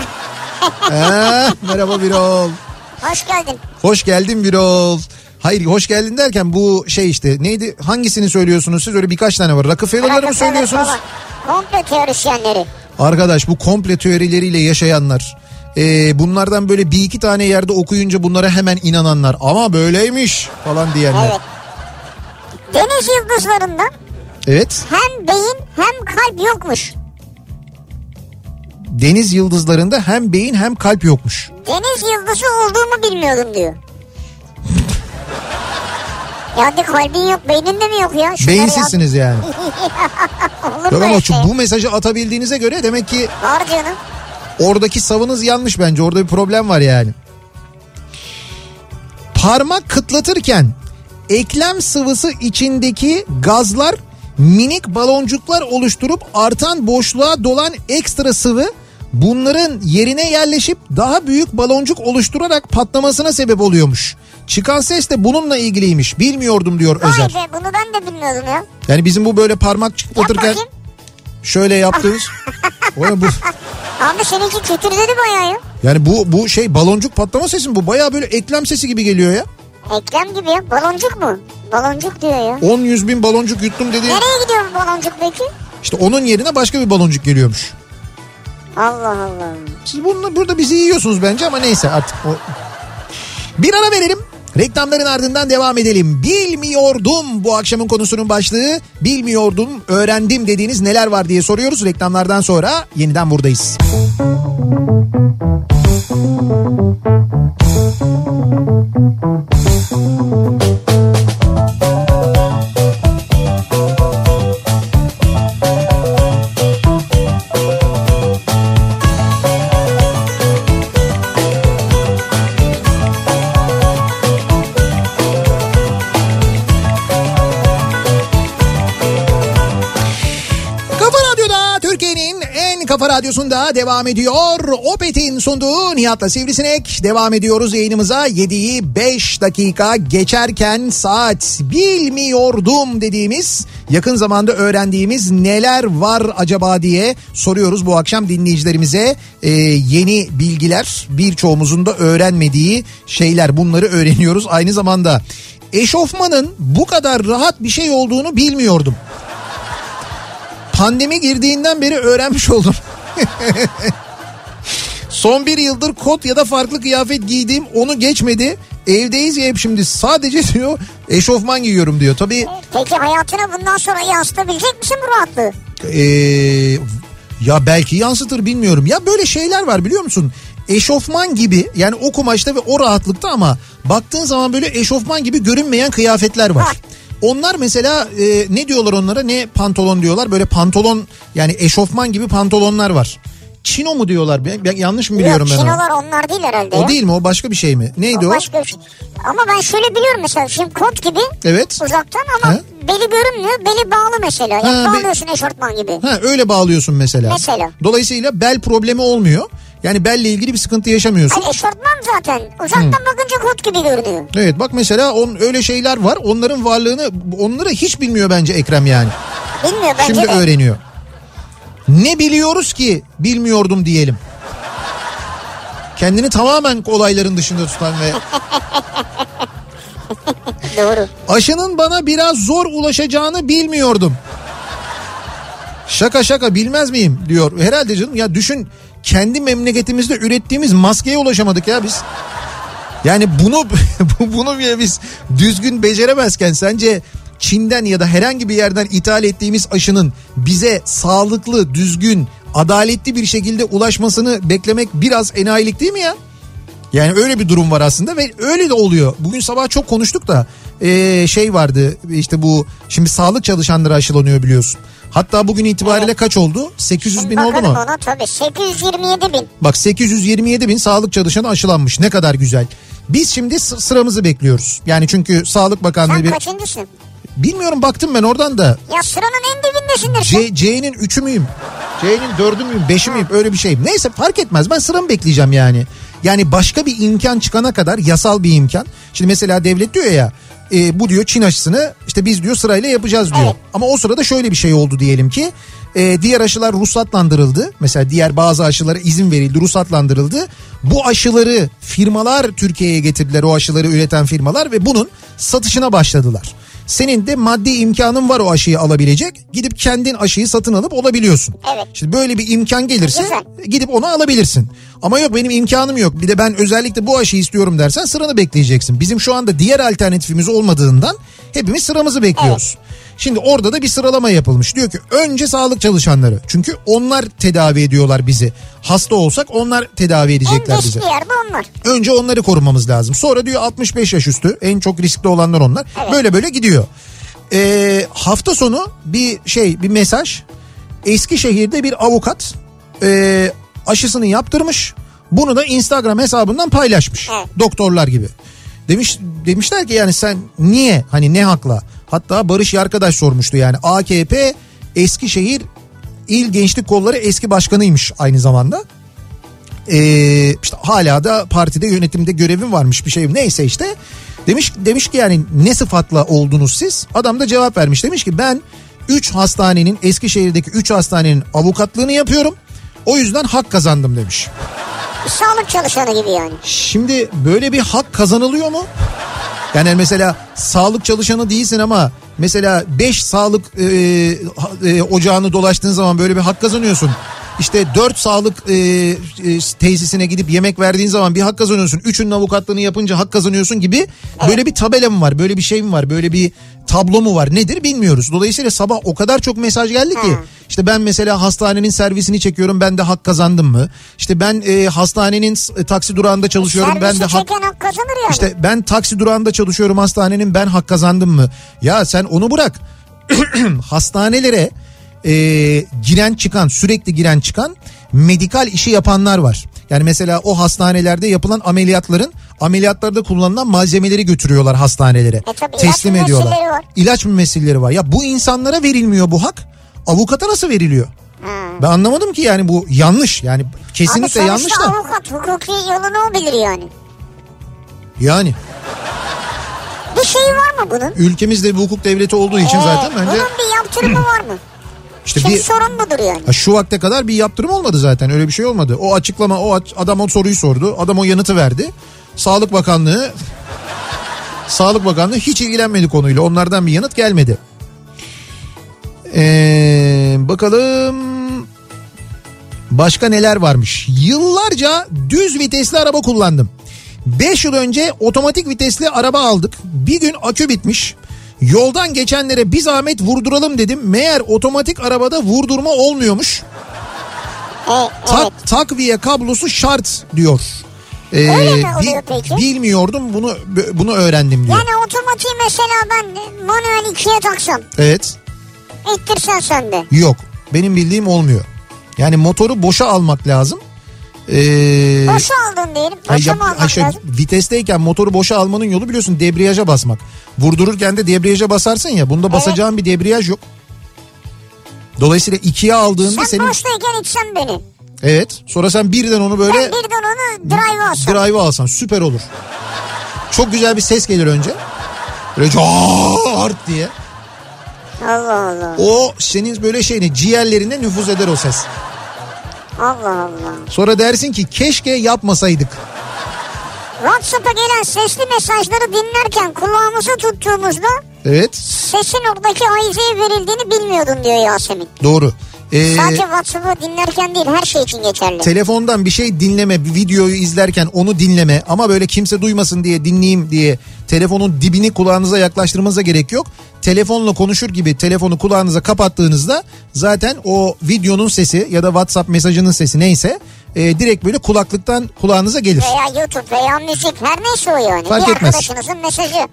Merhaba Birol. Hoş geldin. Hoş geldin Birol. Hayır, hoş geldin derken bu şey işte neydi, hangisini söylüyorsunuz siz? Öyle birkaç tane var. Rockefeller'ı mı söylüyorsunuz? Komple teorisyenleri. Arkadaş, bu komple teorileriyle yaşayanlar, bunlardan böyle bir iki tane yerde okuyunca bunlara hemen inananlar, ama böyleymiş falan diyenler. Evet. Deniz yıldızlarında evet. hem beyin hem kalp yokmuş. Deniz yıldızlarında hem beyin hem kalp yokmuş. Deniz yıldızı olduğumu bilmiyordum diyor. Ya de kalbin yok, beynin de mi yok ya? Beyinsizsiniz yani. Olur ama şey. bu mesajı atabildiğinize göre demek ki var canım. Oradaki savınız yanlış bence. Orada bir problem var yani. Parmak kıtlatırken eklem sıvısı içindeki gazlar minik baloncuklar oluşturup artan boşluğa dolan ekstra sıvı bunların yerine yerleşip daha büyük baloncuk oluşturarak patlamasına sebep oluyormuş. Çıkan ses de bununla ilgiliymiş. Bilmiyordum diyor Özer. Vay be, bunu ben de bilmiyordum ya. Yani bizim bu böyle parmak çıtlatırken şöyle yaptığımız. bu. Abi seninki kütürdedi bayağı ya. Yani bu şey baloncuk patlama sesi mi? Bu bayağı böyle eklem sesi gibi geliyor ya. Eklem gibi ya. Baloncuk mu? Baloncuk diyor ya. 10-100 bin baloncuk yuttum dedi. Nereye gidiyor bu baloncuk peki? İşte onun yerine başka bir baloncuk geliyormuş. Allah Allah. Siz burada bizi yiyorsunuz bence ama neyse artık. Bir ara verelim. Reklamların ardından devam edelim. Bilmiyordum bu akşamın konusunun başlığı. Bilmiyordum, öğrendim dediğiniz neler var diye soruyoruz. Reklamlardan sonra yeniden buradayız. Kafa Radyosu'nda devam ediyor. Opet'in sunduğu Nihat'la Sivrisinek. Devam ediyoruz yayınımıza. 7'yi 5 dakika geçerken saat, bilmiyordum dediğimiz, yakın zamanda öğrendiğimiz neler var acaba diye soruyoruz bu akşam dinleyicilerimize. Yeni bilgiler, birçoğumuzun da öğrenmediği şeyler, bunları öğreniyoruz. Aynı zamanda eşofmanın bu kadar rahat bir şey olduğunu bilmiyordum. Pandemi girdiğinden beri öğrenmiş oldum. Son bir yıldır kot ya da farklı kıyafet giydiğim onu geçmedi. Evdeyiz ya hep şimdi, sadece diyor eşofman giyiyorum diyor. Tabii. Peki hayatına bundan sonra yansıtabilecek misin bu rahatlığı? Ya belki yansıtır, bilmiyorum. Ya böyle şeyler var biliyor musun? Eşofman gibi, yani o kumaşta ve o rahatlıkta ama baktığın zaman böyle eşofman gibi görünmeyen kıyafetler var. Onlar mesela ne diyorlar onlara, ne pantolon diyorlar, böyle pantolon, yani eşofman gibi pantolonlar var. Çino mu diyorlar, ben yanlış mı biliyorum? Yok, ben çinolar onlar değil herhalde. O değil mi, o başka bir şey mi? Neydi o? Başka bir şey. Ama ben şöyle biliyorum mesela, şimdi kot gibi evet. Uzaktan ama beli görünmüyor, beli bağlı mesela. Yani bağlıyorsun eşortman gibi. Öyle bağlıyorsun mesela. Mesela. Dolayısıyla bel problemi olmuyor. Yani belle ilgili bir sıkıntı yaşamıyorsun. Hani eşortman zaten uzaktan bakınca kot gibi görünüyor. Evet, bak mesela öyle şeyler var. Onların varlığını, onları hiç bilmiyor bence Ekrem yani. Bilmiyor bence Şimdi de. öğreniyor. Ne biliyoruz ki bilmiyordum diyelim. Kendini tamamen olayların dışında tutan ve... Doğru. Aşının bana biraz zor ulaşacağını bilmiyordum. Şaka bilmez miyim diyor. Herhalde canım, ya düşün, kendi memleketimizde ürettiğimiz maskeye ulaşamadık ya biz. Yani bunu bile biz düzgün beceremezken sence Çin'den ya da herhangi bir yerden ithal ettiğimiz aşının bize sağlıklı, düzgün, adaletli bir şekilde ulaşmasını beklemek biraz enayilik değil mi ya? Yani öyle bir durum var aslında ve öyle de oluyor. Bugün sabah çok konuştuk da şey vardı işte bu şimdi sağlık çalışanları aşılanıyor biliyorsun. Hatta bugün itibariyle kaç oldu? 800 bin oldu mu? Ona tabii 827 bin. Bak 827 bin sağlık çalışanı aşılanmış, ne kadar güzel. Biz şimdi sıramızı bekliyoruz. Yani çünkü Sağlık Bakanlığı... Sen kaçıncısın? Bilmiyorum, baktım ben oradan da. Ya sıranın en dibindesindir. C'nin 3'ü müyüm? C'nin 4'ü müyüm? 5'i miyim? Öyle bir şeyim. Neyse fark etmez, ben sıramı bekleyeceğim yani. Yani başka bir imkan çıkana kadar, yasal bir imkan. Şimdi mesela devlet diyor ya bu diyor Çin aşısını işte biz diyor sırayla yapacağız diyor. Evet. Ama o sırada şöyle bir şey oldu diyelim ki diğer aşılar ruhsatlandırıldı. Mesela diğer bazı aşılara izin verildi, ruhsatlandırıldı. Bu aşıları firmalar Türkiye'ye getirdiler, o aşıları üreten firmalar ve bunun satışına başladılar. Senin de maddi imkanın var o aşıyı alabilecek. Gidip kendin aşıyı satın alıp olabiliyorsun. Evet. Şimdi böyle bir imkan gelirse gidip onu alabilirsin. Ama yok benim imkanım yok. Bir de ben özellikle bu aşıyı istiyorum dersen sıranı bekleyeceksin. Bizim şu anda diğer alternatifimiz olmadığından hepimiz sıramızı bekliyoruz. Evet. Şimdi orada da bir sıralama yapılmış. Diyor ki önce sağlık çalışanları. Çünkü onlar tedavi ediyorlar bizi. Hasta olsak onlar tedavi edecekler bizi. Önce onları korumamız lazım. Sonra diyor 65 yaş üstü, en çok riskli olanlar onlar. Evet. Böyle böyle gidiyor. Hafta sonu bir mesaj. Eskişehir'de bir avukat aşısını yaptırmış. Bunu da Instagram hesabından paylaşmış. Evet. Doktorlar gibi. Demişler ki yani sen niye, hani ne hakla? Hatta Barış Yarkadaş sormuştu yani. AKP Eskişehir İl Gençlik Kolları eski başkanıymış aynı zamanda. İşte hala da partide yönetimde görevim varmış bir şey, neyse işte. Demiş ki yani ne sıfatla oldunuz siz? Adam da cevap vermiş, demiş ki ben 3 hastanenin, Eskişehir'deki 3 hastanenin avukatlığını yapıyorum. O yüzden hak kazandım demiş. Sağlık çalışanı gibi yani. Şimdi böyle bir hak kazanılıyor mu? Yani mesela sağlık çalışanı değilsin ama mesela 5 sağlık ocağını dolaştığın zaman böyle bir hak kazanıyorsun. İşte 4 sağlık tesisine gidip yemek verdiğin zaman bir hak kazanıyorsun. 3'ünün avukatlığını yapınca hak kazanıyorsun gibi. Evet. Böyle bir tabela mı var? Böyle bir şey mi var? Böyle bir tablo mu var? Nedir bilmiyoruz. Dolayısıyla sabah o kadar çok mesaj geldi ki. İşte ben mesela hastanenin servisini çekiyorum, ben de hak kazandım mı? İşte ben hastanenin taksi durağında çalışıyorum, ben de hak kazanır yani. İşte ben taksi durağında çalışıyorum hastanenin, ben hak kazandım mı? Ya sen onu bırak. Hastanelere sürekli giren çıkan medikal işi yapanlar var. Yani mesela o hastanelerde yapılan ameliyatlarda kullanılan malzemeleri götürüyorlar hastanelere. Teslim ediyorlar. İlaç mümessilleri var. Ya bu insanlara verilmiyor bu hak. Avukata nasıl veriliyor? Ben anlamadım ki yani, bu yanlış. Yani kesinlikle yanlış da. Avukat hukuki yolunu o bilir yani. Yani. Bir şey var mı bunun? Ülkemizde bir hukuk devleti olduğu için zaten bence. Bunun bir yaptırımı var mı? İşte sorun budur yani. Şu vakte kadar bir yaptırım olmadı zaten, öyle bir şey olmadı. O açıklama, adam o soruyu sordu, adam o yanıtı verdi. Sağlık Bakanlığı hiç ilgilenmedi konuyla, onlardan bir yanıt gelmedi. Bakalım başka neler varmış. Yıllarca düz vitesli araba kullandım. 5 yıl önce otomatik vitesli araba aldık. Bir gün akü bitmiş. Yoldan geçenlere bir zahmet vurduralım dedim. Meğer otomatik arabada vurdurma olmuyormuş. Evet. Takviye kablosu şart diyor. Öyle mi oluyor peki? Bilmiyordum, bunu öğrendim diyor. Yani otomatiği mesela ben manuel 2'ye taksam. Evet. İttirsen sen de. Yok, benim bildiğim olmuyor. Yani motoru boşa almak lazım. Boşa aldın diyelim. Boşa mı almak lazım? Vitesteyken motoru boşa almanın yolu biliyorsun debriyaja basmak. Vurdururken de debriyaja basarsın ya. Bunda basacağın bir debriyaj yok. Dolayısıyla 2'ye aldığında sen boştayken itsen beni. Evet. Sonra sen birden onu böyle... Ben birden onu drive'a alsam. Drive'a alsan süper olur. Çok güzel bir ses gelir önce. Böyle cart diye. Allah Allah. O senin böyle ciğerlerine nüfuz eder o ses. Allah Allah. Sonra dersin ki keşke yapmasaydık. WhatsApp'a gelen sesli mesajları dinlerken kulağımızı tuttuğumuzda sesin oradaki ayizeye verildiğini bilmiyordum diyor Yasemin. Doğru. Sadece WhatsApp'ı dinlerken değil, her şey için geçerli. Telefondan bir şey dinleme, bir videoyu izlerken onu dinleme ama böyle kimse duymasın diye dinleyeyim diye telefonun dibini kulağınıza yaklaştırmanıza gerek yok. Telefonla konuşur gibi telefonu kulağınıza kapattığınızda zaten o videonun sesi ya da WhatsApp mesajının sesi neyse direkt böyle kulaklıktan kulağınıza gelir. Veya YouTube veya müzik her neyse o yani. Fark bir etmez. Arkadaşınızın mesajı.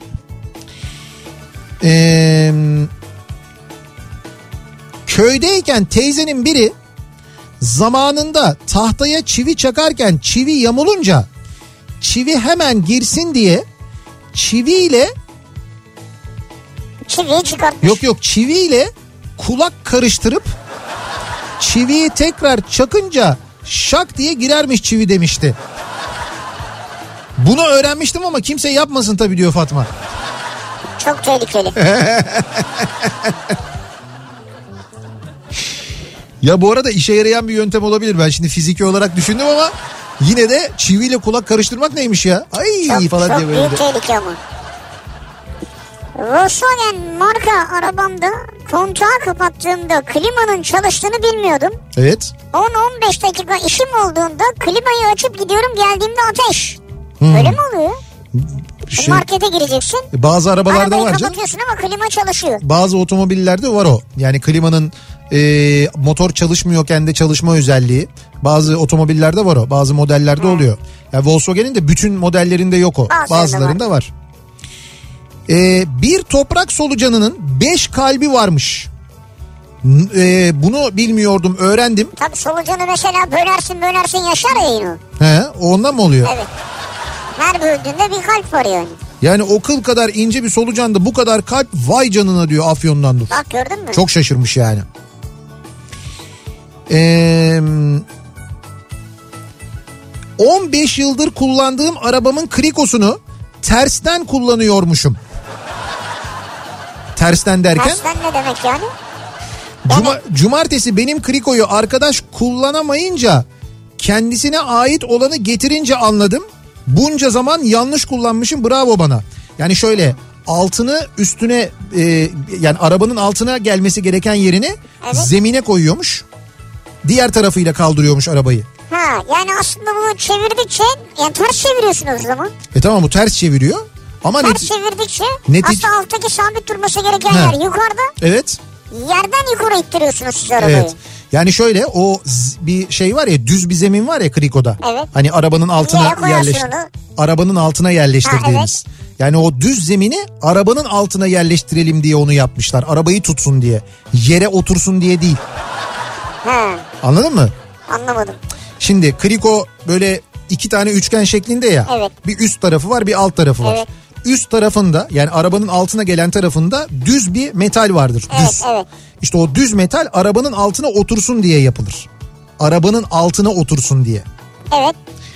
Köydeyken teyzenin biri zamanında tahtaya çivi çakarken çivi yamulunca çivi hemen girsin diye çiviyi çıkartmış. Yok çiviyle kulak karıştırıp çiviyi tekrar çakınca şak diye girermiş çivi demişti. Bunu öğrenmiştim ama kimse yapmasın tabii diyor Fatma. Çok tehlikeli. Ya bu arada işe yarayan bir yöntem olabilir. Ben şimdi fiziki olarak düşündüm ama yine de çiviyle kulak karıştırmak neymiş ya? Ay çok, falan çok diye böyle. Çok büyük tehlike ama. Volkswagen marka arabamda kontağı kapattığımda klimanın çalıştığını bilmiyordum. Evet. 10-15 dakika işim olduğunda klimayı açıp gidiyorum, geldiğimde ateş. Öyle mi oluyor? Markete gireceksin. Bazı arabalarda arabayı var canım. kapatıyorsun ama klima çalışıyor. Bazı otomobillerde var o. Yani klimanın motor çalışmıyorken de çalışma özelliği. Bazı otomobillerde var o. Bazı modellerde oluyor. Yani Volkswagen'in de bütün modellerinde yok o. Bazılarında var. Bir toprak solucanının 5 kalbi varmış. Bunu bilmiyordum, öğrendim. Tabii solucanı mesela bölersin yaşar ya yine. He, ondan mı oluyor? Evet. Her böldüğünde bir kalp var yani. Yani o kıl kadar ince bir solucanda bu kadar kalp, vay canına diyor Afyon'dan dur. Bak gördün mü? Çok şaşırmış yani. 15 yıldır kullandığım arabamın krikosunu tersten kullanıyormuşum. Tersten derken? Tersten ne demek yani? Cumartesi benim krikoyu arkadaş kullanamayınca kendisine ait olanı getirince anladım. Bunca zaman yanlış kullanmışım, bravo bana. Yani şöyle, altını üstüne yani arabanın altına gelmesi gereken yerini zemine koyuyormuş. Diğer tarafıyla kaldırıyormuş arabayı. Yani aslında bunu çevirdikçe yani ters çeviriyorsunuz o zaman. Tamam, bu ters çeviriyor. Ama ters çevirdikçe aslında alttaki sabit durması gereken yer yukarıda. Evet. Yerden yukarı ittiriyorsunuz siz arabayı. Evet. Yani şöyle, o bir şey var ya, düz bir zemin var ya krikoda. Evet. Hani arabanın altına arabanın altına yerleştirdiğimiz. Evet. Yani o düz zemini arabanın altına yerleştirelim diye onu yapmışlar. Arabayı tutsun diye. Yere otursun diye değil. Anladın mı? Anlamadım. Şimdi kriko böyle 2 tane üçgen şeklinde ya. Evet. Bir üst tarafı var, bir alt tarafı var. Evet. Üst tarafında, yani arabanın altına gelen tarafında düz bir metal vardır. Evet, düz. evet. İşte o düz metal arabanın altına otursun diye yapılır. Arabanın altına otursun diye. Evet.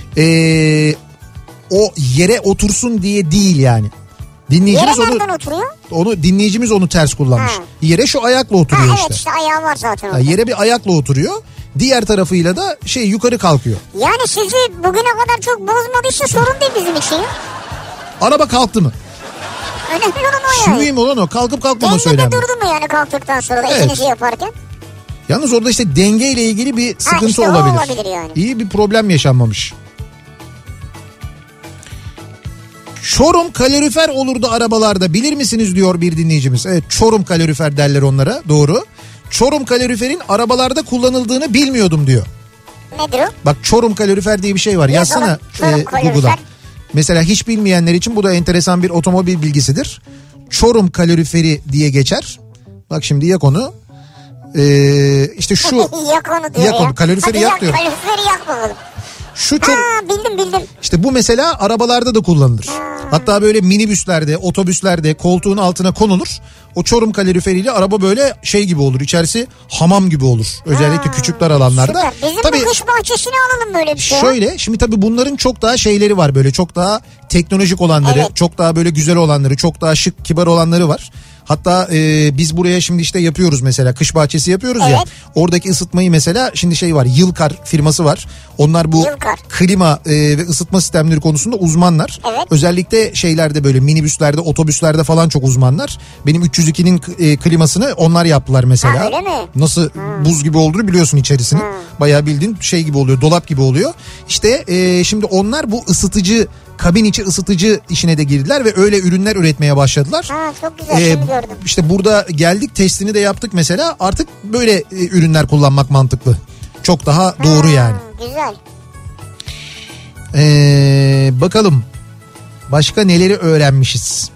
O yere otursun diye değil yani. Dinleyicimiz yere nereden oturuyor? Dinleyicimiz onu ters kullanmış. Yere şu ayakla oturuyor işte. Evet, işte ayağı var zaten. Yere bir ayakla oturuyor. Diğer tarafıyla da yukarı kalkıyor. Yani sizi bugüne kadar çok bozmadıysa sorun değil bizim için. Araba kalktı mı? Önemli olan o yani. Mühim olan o. Kalkıp kalkmaması önemli. Dengede durdu mu yani kalktıktan sonra da ikinizi yaparken? Yalnız orada işte dengeyle ilgili bir sıkıntı olabilir. Olabilir yani. İyi bir problem yaşanmamış. Çorum kalorifer olurdu arabalarda, bilir misiniz diyor bir dinleyicimiz. Evet, Çorum kalorifer derler onlara, doğru. Çorum kaloriferin arabalarda kullanıldığını bilmiyordum diyor. Nedir o? Bak, Çorum kalorifer diye bir şey var. Yazsana Google'a. Mesela hiç bilmeyenler için bu da enteresan bir otomobil bilgisidir. Çorum kaloriferi diye geçer. Bak şimdi yak onu. İşte şu. Yak onu diyor ya. Kaloriferi yak diyor. Kaloriferi yak bakalım. Şu çok. Bildim. İşte bu mesela arabalarda da kullanılır. Hatta böyle minibüslerde, otobüslerde koltuğun altına konulur. O Çorum kaloriferiyle araba böyle gibi olur. İçerisi hamam gibi olur. Özellikle küçükler alanlarda. Süper. Bizim bu kış bahçesine alalım böyle bir şey. Şöyle, şimdi tabii bunların çok daha şeyleri var, böyle çok daha teknolojik olanları, çok daha böyle güzel olanları, çok daha şık, kibar olanları var. Hatta biz buraya şimdi işte yapıyoruz mesela, kış bahçesi yapıyoruz ya. Oradaki ısıtmayı mesela şimdi var, Yılkar firması var. Onlar bu klima ve ısıtma sistemleri konusunda uzmanlar. Evet. Özellikle şeylerde, böyle minibüslerde, otobüslerde falan çok uzmanlar. Benim 302'nin klimasını onlar yaptılar mesela. Öyle mi? Nasıl buz gibi olduğunu biliyorsun içerisini. Bayağı bildiğin gibi oluyor, dolap gibi oluyor. İşte şimdi onlar bu ısıtıcı, kabin içi ısıtıcı işine de girdiler ve öyle ürünler üretmeye başladılar. Çok güzel, şimdi gördüm. İşte burada geldik, testini de yaptık mesela. Artık böyle ürünler kullanmak mantıklı. Çok daha doğru yani. Güzel. Bakalım başka neleri öğrenmişiz.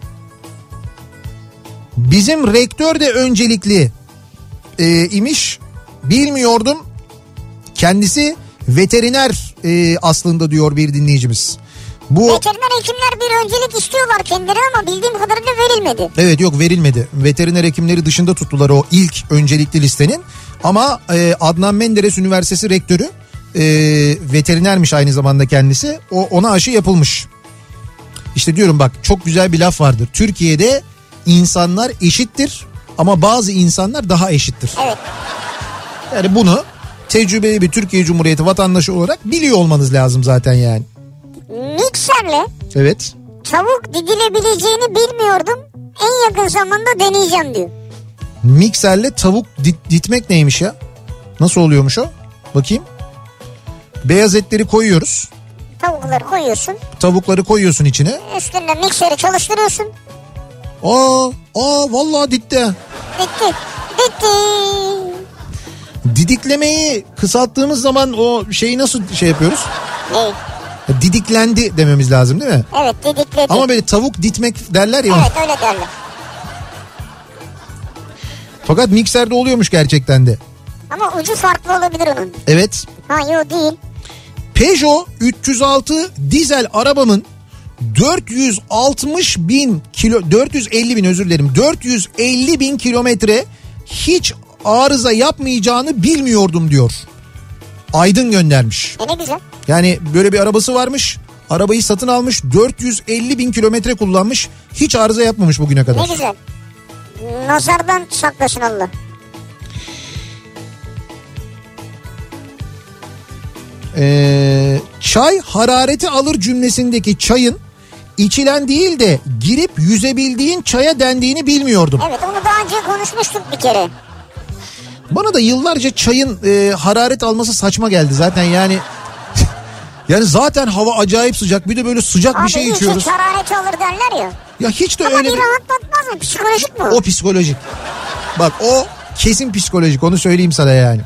Bizim rektör de öncelikli imiş. Bilmiyordum. Kendisi veteriner aslında diyor bir dinleyicimiz. Veteriner hekimler bir öncelik istiyorlar kendileri ama bildiğim kadarıyla verilmedi. Evet, yok verilmedi. Veteriner hekimleri dışında tuttular o ilk öncelikli listenin. Ama Adnan Menderes Üniversitesi rektörü veterinermiş aynı zamanda kendisi. Ona aşı yapılmış. İşte diyorum bak, çok güzel bir laf vardır. Türkiye'de insanlar eşittir ama bazı insanlar daha eşittir. Evet. Yani bunu tecrübeli bir Türkiye Cumhuriyeti vatandaşı olarak biliyor olmanız lazım zaten yani. Mikserle evet. Tavuk didilebileceğini bilmiyordum. En yakın zamanda deneyeceğim diyor. Mikserle tavuk ditmek neymiş ya? Nasıl oluyormuş o? Bakayım. Beyaz etleri koyuyoruz. Tavukları koyuyorsun. Tavukları koyuyorsun içine. Üstünde mikseri çalıştırıyorsun. Vallahi ditti. Ditti. Didiklemeyi kısalttığımız zaman o şeyi nasıl şey yapıyoruz? Ne? Didiklendi dememiz lazım değil mi? Evet, didikledi. Ama böyle tavuk ditmek derler ya. Evet, öyle derler. Fakat mikserde oluyormuş gerçekten de. Ama ucu farklı olabilir onun. Evet. Yok değil. Peugeot 306 dizel arabamın 450 bin kilometre hiç arıza yapmayacağını bilmiyordum diyor. Aydın göndermiş. Ne güzel. Yani böyle bir arabası varmış. Arabayı satın almış, 450 bin kilometre kullanmış. Hiç arıza yapmamış bugüne kadar. Ne güzel. Nazardan saklasın Allah. Çay harareti alır cümlesindeki çayın içilen değil de girip yüzebildiğin çaya dendiğini bilmiyordum. Evet, onu daha önce konuşmuştuk bir kere. Bana da yıllarca çayın hararet alması saçma geldi zaten yani. Yani zaten hava acayip sıcak, bir de böyle sıcak bir şey içiyoruz. Abi harareti alır derler ya. Ya hiç de ama öyle. Ama bir rahatlatmaz mı? Psikolojik mi? O psikolojik. Bak o kesin psikolojik, onu söyleyeyim sana yani.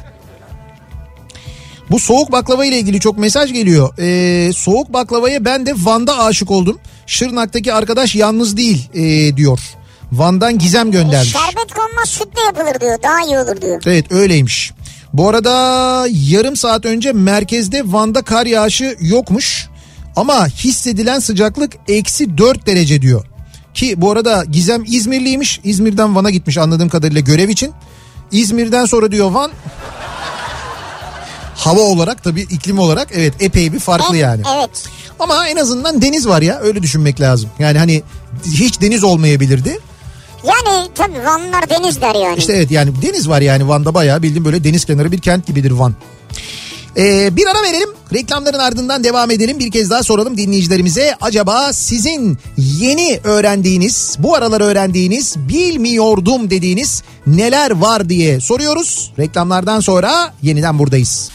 Bu soğuk baklava ile ilgili çok mesaj geliyor. Soğuk baklavaya ben de Van'da aşık oldum. Şırnak'taki arkadaş yalnız değil diyor. Van'dan Gizem göndermiş. Şerbet konmaz, sütle yapılır diyor. Daha iyi olur diyor. Evet, öyleymiş. Bu arada yarım saat önce merkezde Van'da kar yağışı yokmuş. Ama hissedilen sıcaklık -4 derece diyor. Ki bu arada Gizem İzmirliymiş. İzmir'den Van'a gitmiş anladığım kadarıyla görev için. İzmir'den sonra diyor Van... Hava olarak tabii, iklim olarak evet epey bir farklı yani. Evet. Ama en azından deniz var ya, öyle düşünmek lazım. Yani hani hiç deniz olmayabilirdi. Yani tabii Vanlılar deniz der yani. İşte evet, yani deniz var yani Van'da, bayağı bildiğim böyle deniz kenarı bir kent gibidir Van. Bir ara verelim, reklamların ardından devam edelim. Bir kez daha soralım dinleyicilerimize, acaba sizin yeni öğrendiğiniz, bu aralar öğrendiğiniz, bilmiyordum dediğiniz neler var diye soruyoruz. Reklamlardan sonra yeniden buradayız.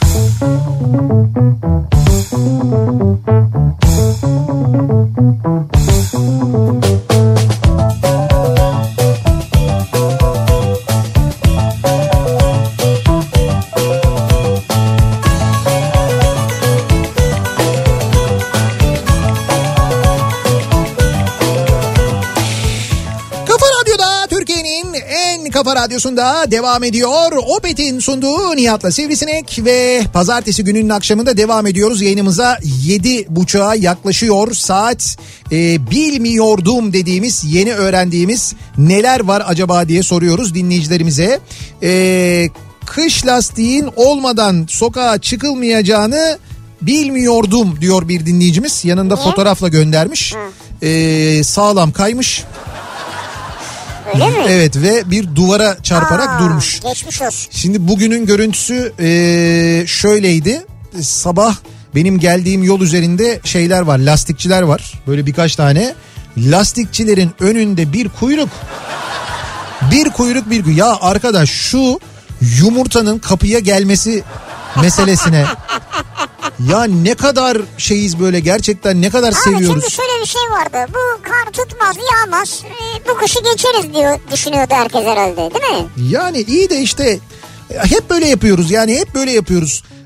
Kafa Radyosu'nda devam ediyor. Opet'in sunduğu Nihat'la Sivrisinek ve pazartesi gününün akşamında devam ediyoruz. Yayınımıza 7.30'a yaklaşıyor saat. Bilmiyordum dediğimiz, yeni öğrendiğimiz neler var acaba diye soruyoruz dinleyicilerimize. Kış lastiğin olmadan sokağa çıkılmayacağını bilmiyordum diyor bir dinleyicimiz. Yanında fotoğrafla göndermiş. Sağlam kaymış. Öyle mi? Evet, ve bir duvara çarparak durmuş. Geçmiş olsun. Şimdi bugünün görüntüsü şöyleydi. Sabah benim geldiğim yol üzerinde şeyler var, lastikçiler var. Böyle birkaç tane. Lastikçilerin önünde bir kuyruk. Bir kuyruk. Ya arkadaş, şu yumurtanın kapıya gelmesi meselesine ya ne kadar şeyiz böyle, gerçekten ne kadar seviyoruz. Çünkü şöyle bir şey vardı, bu kar tutmaz yağmaz, bu kışı geçeriz diyor, düşünüyordu herkes herhalde, değil mi? Yani iyi de işte hep böyle yapıyoruz, yani hep böyle yapıyoruz.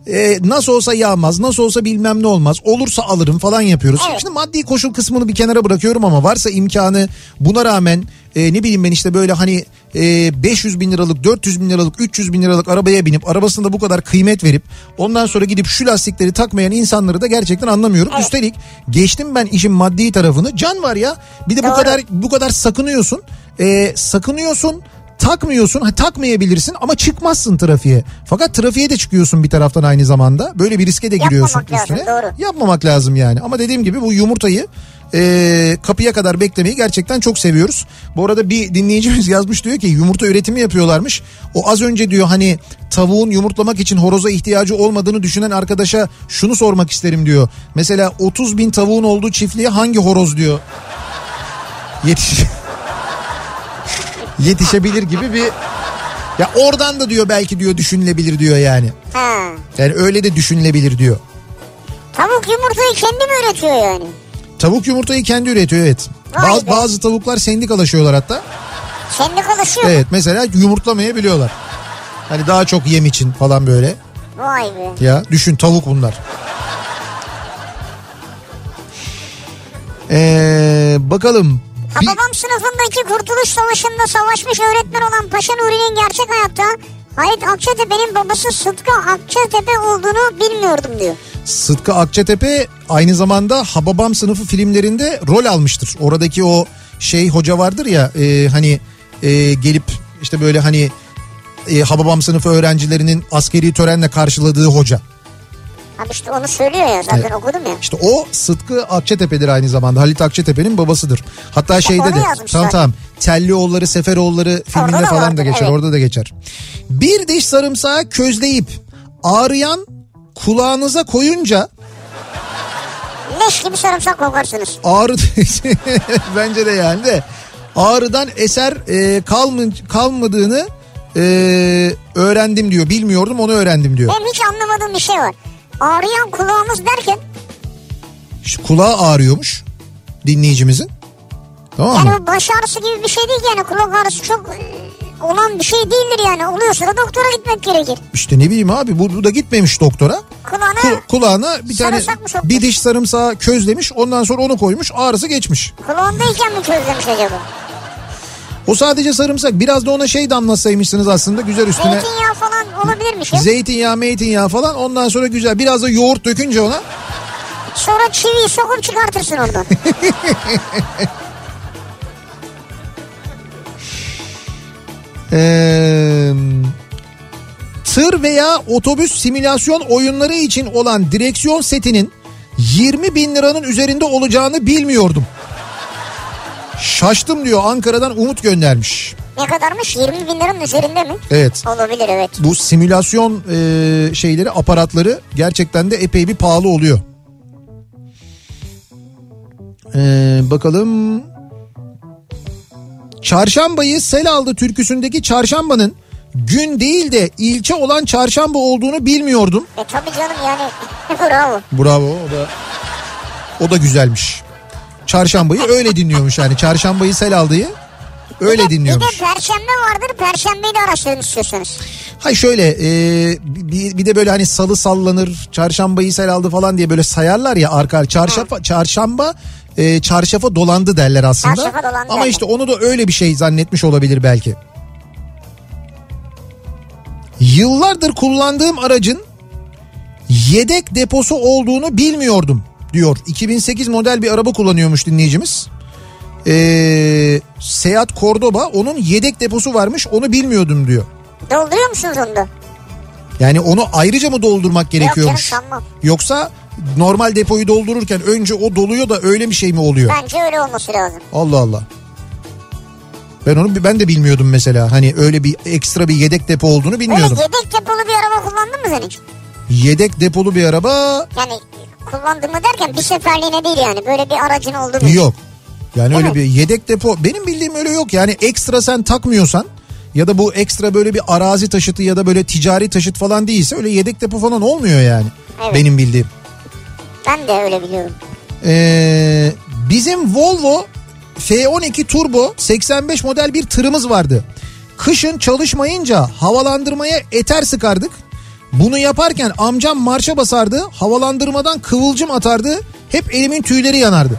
nasıl olsa yağmaz, nasıl olsa bilmem ne olmaz, olursa alırım falan yapıyoruz. Evet. Şimdi maddi koşul kısmını bir kenara bırakıyorum ama varsa imkanı buna rağmen ne bileyim ben işte böyle hani 500 bin liralık, 400 bin liralık, 300 bin liralık arabaya binip arabasında bu kadar kıymet verip ondan sonra gidip şu lastikleri takmayan insanları da gerçekten anlamıyorum. Evet. Üstelik geçtim ben işin maddi tarafını, can var ya bir de bu kadar sakınıyorsun. Sakınıyorsun, takmıyorsun, takmayabilirsin ama çıkmazsın trafiğe. Fakat trafiğe de çıkıyorsun bir taraftan aynı zamanda. Böyle bir riske de giriyorsun üstüne. Lazım, yapmamak lazım yani. Ama dediğim gibi bu yumurtayı kapıya kadar beklemeyi gerçekten çok seviyoruz. Bu arada bir dinleyicimiz yazmış, diyor ki yumurta üretimi yapıyorlarmış. O az önce diyor hani tavuğun yumurtlamak için horoza ihtiyacı olmadığını düşünen arkadaşa şunu sormak isterim diyor. Mesela 30 bin tavuğun olduğu çiftliğe hangi horoz diyor yetişebilir gibi bir, ya oradan da diyor belki diyor düşünülebilir diyor yani. Yani öyle de düşünülebilir diyor. Tavuk yumurtayı kendi mi üretiyor yani? Tavuk yumurtayı kendi üretiyor, evet. Bazı tavuklar sendikalaşıyorlar hatta. Sendikalaşıyor? Evet, mesela yumurtlamayabiliyorlar. Hani daha çok yem için falan böyle. Vay be. Ya düşün, tavuk bunlar. Bakalım. Hababam sınıfındaki Kurtuluş Savaşı'nda savaşmış öğretmen olan Paşa Nuri'nin gerçek hayatta Halit Akçatepe'nin babası Sıtkı Akçatepe olduğunu bilmiyordum diyor. Sıtkı Akçatepe aynı zamanda Hababam sınıfı filmlerinde rol almıştır. Oradaki o hoca vardır ya hani gelip işte böyle hani Hababam sınıfı öğrencilerinin askeri törenle karşıladığı hoca. Abi işte onu söylüyor ya zaten, evet. Okudum ya. İşte o Sıtkı Akçatepe'dir aynı zamanda. Halit Akçatepe'nin babasıdır. Hatta şeyde de tamam Tellioğulları, Seferoğulları filminde orada falan da geçer. Evet. Orada da geçer. Bir diş sarımsağı közleyip ağrıyan kulağınıza koyunca leş gibi sarımsak kokarsınız. Ağrı bence de yani de ağrıdan eser kalmadığını öğrendim diyor. Bilmiyordum, onu öğrendim diyor. Benim hiç anlamadığım bir şey var. Ağrıyan kulağımız derken? İşte kulağı ağrıyormuş dinleyicimizin. Tamam yani mı? bu baş ağrısı gibi bir şey değil yani. Kulak ağrısı çok olan bir şey değildir yani. Oluyorsa da doktora gitmek gerekir. İşte ne bileyim abi, bu da gitmemiş doktora. Kulağına bir tane bir diş sarımsağı közlemiş, ondan sonra onu koymuş, ağrısı geçmiş. Kulağındayken mi közlemiş acaba? O sadece sarımsak, biraz da ona damlatsaymışsınız aslında güzel üstüne. Zeytinyağı falan olabilirmiş ya. Zeytinyağı falan, ondan sonra güzel biraz da yoğurt dökünce ona. Sonra çiviyi sokup çıkartırsın oradan. Tır veya otobüs simülasyon oyunları için olan direksiyon setinin 20 bin liranın üzerinde olacağını bilmiyordum. Şaştım diyor, Ankara'dan Umut göndermiş. Ne kadarmış? 20 bin liranın üzerinde mi? Evet. Olabilir, evet. Bu simülasyon aparatları gerçekten de epey bir pahalı oluyor. Bakalım. Çarşambayı sel aldı türküsündeki çarşambanın gün değil de ilçe olan çarşamba olduğunu bilmiyordum. Tabii canım yani. Bravo. Bravo, o da güzelmiş. Çarşambayı öyle dinliyormuş yani. Çarşambayı sel aldığı öyle dinliyormuş. Bir de perşembe vardır. Perşembeyi de araştırın istiyorsanız. Hayır şöyle bir de böyle hani salı sallanır, çarşambayı sel aldı falan diye böyle sayarlar ya arka. Çarşamba çarşafa dolandı derler aslında. Çarşafa dolandı ama işte onu da öyle bir şey zannetmiş olabilir belki. Yıllardır kullandığım aracın yedek deposu olduğunu bilmiyordum diyor. 2008 model bir araba kullanıyormuş dinleyicimiz. Seat Cordoba, onun yedek deposu varmış, onu bilmiyordum diyor. Dolduruyor musunuz onu da? Yani onu ayrıca mı doldurmak gerekiyormuş? Yok canım, yoksa normal depoyu doldururken önce o doluyor da öyle bir şey mi oluyor? Bence öyle olması lazım. Allah Allah. Ben de bilmiyordum mesela. Hani öyle bir ekstra bir yedek depo olduğunu bilmiyordum. Öyle yedek depolu bir araba kullandın mı sen hiç? Yedek depolu bir araba... Yani kullandın mı derken bir seferliğine değil yani. Böyle bir aracın olduğu mu? Yok. Yani öyle bir yedek depo benim bildiğim öyle yok. Yani ekstra sen takmıyorsan ya da bu ekstra böyle bir arazi taşıtı ya da böyle ticari taşıt falan değilse öyle yedek depo falan olmuyor yani. Evet. Benim bildiğim. Ben de öyle biliyorum. Bizim Volvo F12 Turbo 85 model bir tırımız vardı. Kışın çalışmayınca havalandırmaya eter sıkardık. Bunu yaparken amcam marşa basardı, havalandırmadan kıvılcım atardı, hep elimin tüyleri yanardı.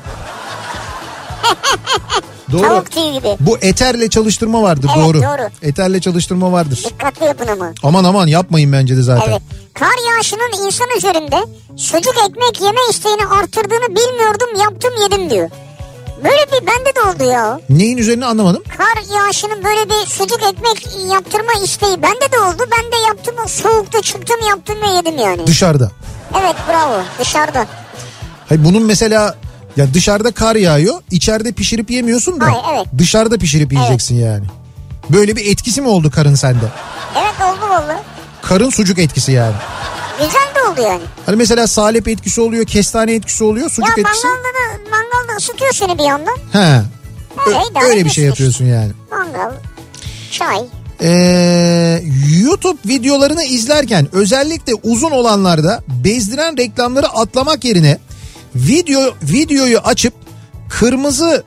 Doğru. Tavuk tüyü gibi. Bu eterle çalıştırma vardır, evet, doğru. doğru. Eterle çalıştırma vardır. Dikkatli yapın ama. Aman yapmayın bence de zaten. Evet. Kar yağışının insan üzerinde sucuk ekmek yeme isteğini arttırdığını bilmiyordum, yaptım yedim diyor. Böyle bir bende de oldu ya. Neyin üzerine anlamadım. Kar yağışının böyle bir sucuk ekmek yaptırma isteği bende de oldu. Ben de yaptım, soğukta çıktım yaptım ve yedim yani. Dışarıda. Evet, bravo, dışarıda. Hayır, bunun mesela ya dışarıda kar yağıyor, içeride pişirip yemiyorsun da. Hayır, evet. Dışarıda pişirip yiyeceksin yani. Böyle bir etkisi mi oldu karın sende? Evet, oldu vallahi. Karın sucuk etkisi yani. Güzel de oldu yani. Hani mesela salep etkisi oluyor, kestane etkisi oluyor, sucuk etkisi. Ya mangalda ısıtıyor seni bir yandan. He. Öyle bir şey yapıyorsun yani. Mangal, çay. YouTube videolarını izlerken özellikle uzun olanlarda bezdiren reklamları atlamak yerine videoyu açıp kırmızı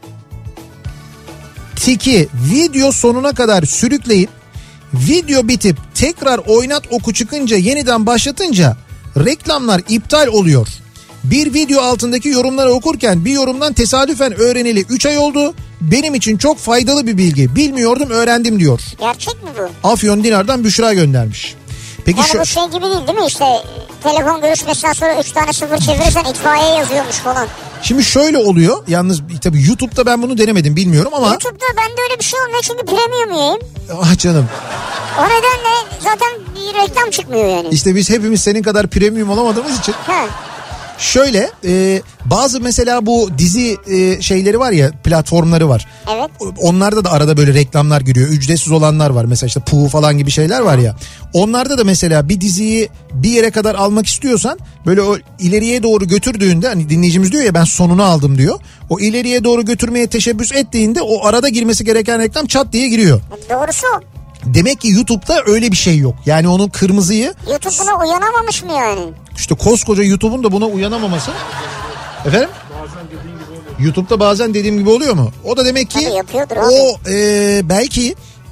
tiki video sonuna kadar sürükleyip video bitip tekrar oynat oku çıkınca yeniden başlatınca reklamlar iptal oluyor. Bir video altındaki yorumları okurken bir yorumdan tesadüfen öğreneli 3 ay oldu. Benim için çok faydalı bir bilgi. Bilmiyordum, öğrendim diyor. Gerçek mi bu? Afyon Dinar'dan Büşra göndermiş. Peki yani bu şey gibi değil mi işte telefon görüşmesinden sonra 3 tane 0 çevirirsen itfaiye yazıyormuş falan. Şimdi şöyle oluyor, yalnız tabii YouTube'da ben bunu denemedim, bilmiyorum ama. YouTube'da bende öyle bir şey olmuyor çünkü premium üyeyim. Ah canım. O nedenle zaten bir reklam çıkmıyor yani. İşte biz hepimiz senin kadar premium olamadığımız için. He. Şöyle bazı mesela bu dizi şeyleri var ya, platformları var. Evet. Onlarda da arada böyle reklamlar giriyor. Ücretsiz olanlar var. Mesela işte Pooh falan gibi şeyler var ya. Onlarda da mesela bir diziyi bir yere kadar almak istiyorsan böyle o ileriye doğru götürdüğünde, hani dinleyicimiz diyor ya ben sonunu aldım diyor. O ileriye doğru götürmeye teşebbüs ettiğinde o arada girmesi gereken reklam çat diye giriyor. Doğrusu. Demek ki YouTube'da öyle bir şey yok. Yani onun kırmızıyı... YouTube buna uyanamamış mı yani? İşte koskoca YouTube'un da buna uyanamaması. Efendim? YouTube'da bazen dediğim gibi oluyor mu? O da demek ki o belki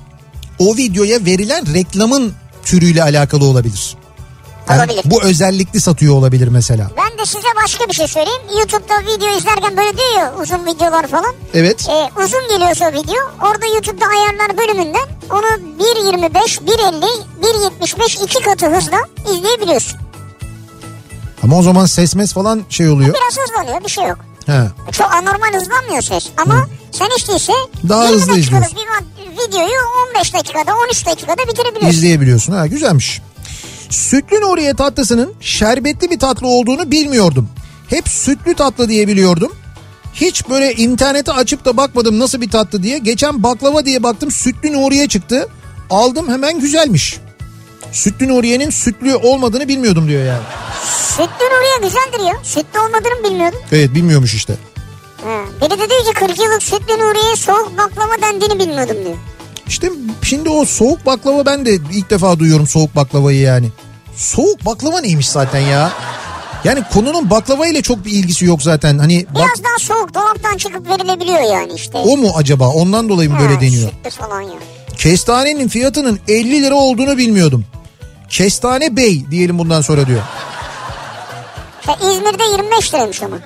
o videoya verilen reklamın türüyle alakalı olabilir. Yani olabilir. Bu özellikli satıyor olabilir mesela. Ben de size başka bir şey söyleyeyim. YouTube'da video izlerken böyle diyor ya, uzun videolar falan. Evet. Uzun geliyorsa video, orada YouTube'da ayarlar bölümünden onu 1.25, 1.50, 1.75 2 katı hızla izleyebiliyorsun. Ama o zaman ses falan şey oluyor. Biraz hızlanıyor, bir şey yok. He. Çok anormal hızlanmıyor ses ama sen işte daha hızlı izliyorsun. Bir videoyu 15 dakikada 13 dakikada bitirebiliyorsun. İzleyebiliyorsun, ha güzelmiş. Sütlü Nuriye tatlısının şerbetli bir tatlı olduğunu bilmiyordum. Hep sütlü tatlı diye biliyordum. Hiç böyle internete açıp da bakmadım nasıl bir tatlı diye. Geçen baklava diye baktım, Sütlü Nuriye çıktı. Aldım hemen, güzelmiş. Sütlü Nuriye'nin sütlü olmadığını bilmiyordum diyor yani. Sütlü Nuriye güzeldir ya. Sütlü olmadığını bilmiyordum. Evet, bilmiyormuş işte. Biri de diyor ki 40 yıllık Sütlü Nuriye'ye soğuk baklava dendiğini bilmiyordum diyor. İşte şimdi o soğuk baklava, ben de ilk defa duyuyorum soğuk baklavayı yani. Soğuk baklava neymiş zaten ya? Yani konunun baklava ile çok bir ilgisi yok zaten. Hani biraz daha soğuk, dolaptan çıkıp verilebiliyor yani işte. O mu acaba? Ondan dolayı mı böyle deniyor? Sütlü falan ya. Kestanenin fiyatının 50 lira olduğunu bilmiyordum. Kestane Bey diyelim bundan sonra diyor. İzmir'de 25 liraymış ama.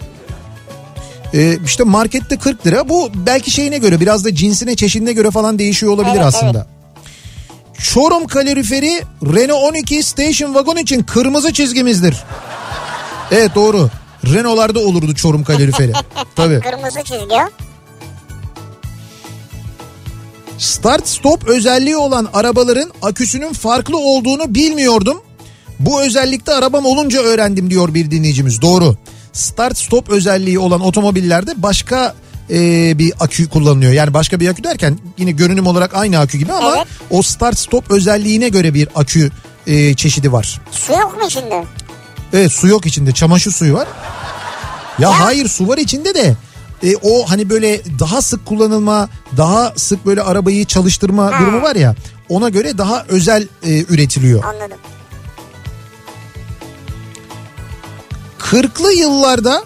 İşte markette 40 lira. Bu belki şeyine göre, biraz da cinsine, çeşidine göre falan değişiyor olabilir aslında. Evet. Çorum kaloriferi Renault 12 Station Wagon için kırmızı çizgimizdir. Evet, doğru. Renault'larda olurdu Çorum kaloriferi. Tabii. Kırmızı çizgi. Start stop özelliği olan arabaların aküsünün farklı olduğunu bilmiyordum. Bu özellikte arabam olunca öğrendim diyor bir dinleyicimiz. Doğru. Start stop özelliği olan otomobillerde başka bir akü kullanılıyor. Yani başka bir akü derken yine görünüm olarak aynı akü gibi ama o start stop özelliğine göre bir akü çeşidi var. Su yok mu içinde? Evet, su yok içinde. Çamaşır suyu var. Ya hayır, su var içinde de o hani böyle daha sık kullanılma, daha sık böyle arabayı çalıştırma durumu var ya, ona göre daha özel üretiliyor. Anladım. 40'lı yıllarda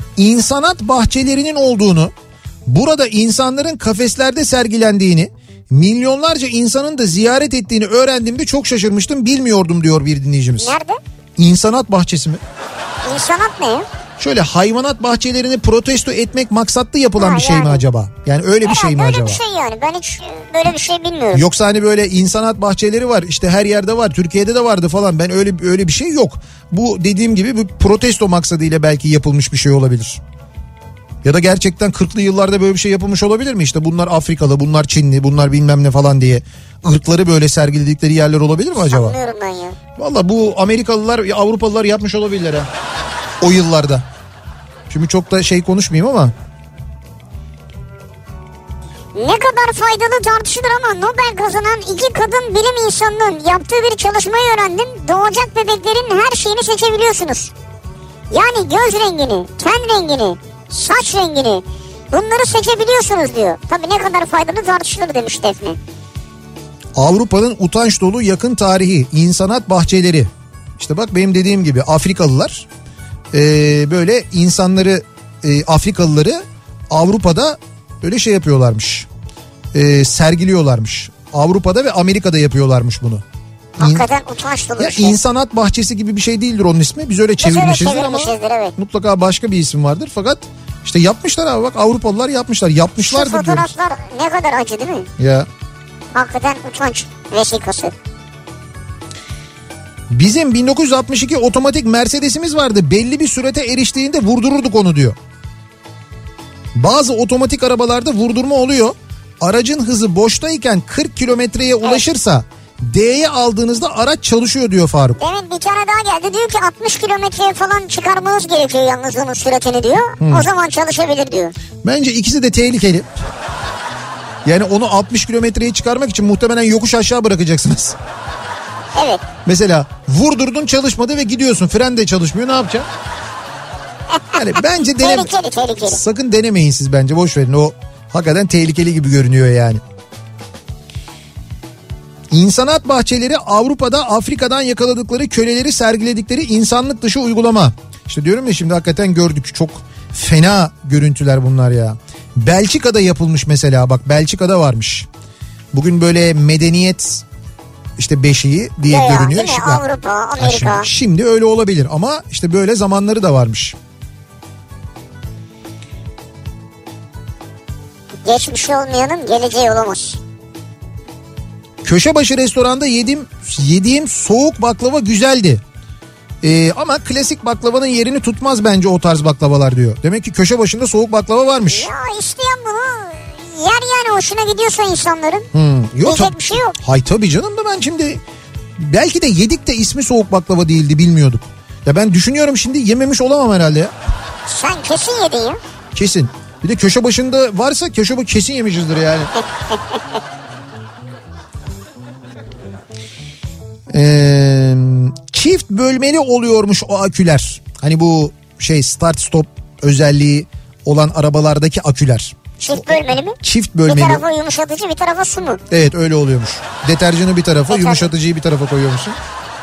insanat bahçelerinin olduğunu, burada insanların kafeslerde sergilendiğini, Milyonlarca insanın da ziyaret ettiğini öğrendiğimde çok şaşırmıştım, bilmiyordum diyor bir dinleyicimiz. Nerede? İnsanat bahçesi mi? İnsanat ne ya? Şöyle hayvanat bahçelerini protesto etmek maksatlı yapılan bir şey mi acaba? Yani öyle bir şey mi acaba? Öyle bir şey yani, ben hiç böyle bir şey bilmiyorum. Yoksa hani böyle insanat bahçeleri var işte, her yerde var, Türkiye'de de vardı falan, ben öyle bir şey yok. Bu dediğim gibi bir protesto maksadıyla belki yapılmış bir şey olabilir. Ya da gerçekten 40'lı yıllarda böyle bir şey yapılmış olabilir mi? İşte bunlar Afrikalı, bunlar Çinli, bunlar bilmem ne falan diye ırkları böyle sergiledikleri yerler olabilir mi acaba? Sanmıyorum ben ya. Valla bu Amerikalılar, Avrupalılar yapmış olabilirler ha. O yıllarda. Şimdi çok da şey konuşmayayım ama. Ne kadar faydalı tartışılır ama Nobel kazanan 2 kadın bilim insanının yaptığı bir çalışmayı öğrendim. Doğacak bebeklerin her şeyini seçebiliyorsunuz. Yani göz rengini, ten rengini, saç rengini, bunları seçebiliyorsunuz diyor. Tabii ne kadar faydalı tartışılır demiş Defne. Avrupa'nın utanç dolu yakın tarihi, insanat bahçeleri. İşte bak benim dediğim gibi Afrikalılar böyle insanları, Afrikalıları Avrupa'da böyle şey yapıyorlarmış. Sergiliyorlarmış. Avrupa'da ve Amerika'da yapıyorlarmış bunu. Hakikaten utanç dolu bir şey. İnsanat bahçesi gibi bir şey değildir onun ismi. Biz öyle çevirmişizdir ama evet. Mutlaka başka bir isim vardır. Fakat işte yapmışlar abi, bak Avrupalılar yapmışlar. Yapmışlardır diyoruz. Şu fotoğraflar ne kadar acı değil mi? Ya. Hakikaten utanç vesikası. Bizim 1962 otomatik Mercedes'imiz vardı. Belli bir sürate eriştiğinde vurdururduk onu diyor. Bazı otomatik arabalarda vurdurma oluyor. Aracın hızı boştayken 40 kilometreye ulaşırsa D'ye aldığınızda araç çalışıyor diyor Faruk. Demin bir tane daha geldi, diyor ki 60 kilometreye falan çıkarmanız gerekiyor yalnız onun süratini diyor. O zaman çalışabilir diyor. Bence ikisi de tehlikeli. Yani onu 60 kilometreye çıkarmak için muhtemelen yokuş aşağı bırakacaksınız. Evet. Mesela vurdurdun, çalışmadı ve gidiyorsun, fren de çalışmıyor, ne yapacaksın? Yani bence tehlikeli. Sakın denemeyin siz, bence boş verin, o hakikaten tehlikeli gibi görünüyor yani. İnsanat bahçeleri Avrupa'da Afrika'dan yakaladıkları köleleri sergiledikleri insanlık dışı uygulama. İşte diyorum ya, şimdi hakikaten gördük, çok fena görüntüler bunlar ya. Belçika'da yapılmış mesela, bak Belçika'da varmış. Bugün böyle medeniyet işte beşiği diye görünüyor. Değil mi? Avrupa, Amerika. Şimdi öyle olabilir ama işte böyle zamanları da varmış. Geçmiş olmayanın geleceği olamaz. Köşebaşı restoranda yediğim soğuk baklava güzeldi. Ama klasik baklavanın yerini tutmaz bence o tarz baklavalar diyor. Demek ki köşe başında soğuk baklava varmış. Ya isteyen bunu yer yani, hoşuna gidiyorsa insanların. Yok, diyecek bir şey yok. Hay tabii canım da ben şimdi belki de yedik de ismi soğuk baklava değildi, bilmiyorduk. Ya ben düşünüyorum şimdi, yememiş olamam herhalde ya. Sen kesin yedin ya. Kesin. Bir de köşe başında varsa kesin yemişizdir yani. Çift bölmeli oluyormuş o aküler. Hani bu şey start stop özelliği olan arabalardaki aküler. Çift bölmeli mi? Çift bölmeli. Bir tarafa yumuşatıcı, bir tarafa su mu? Evet, öyle oluyormuş. Deterjanı bir tarafa, yumuşatıcıyı bir tarafa koyuyormuşsun.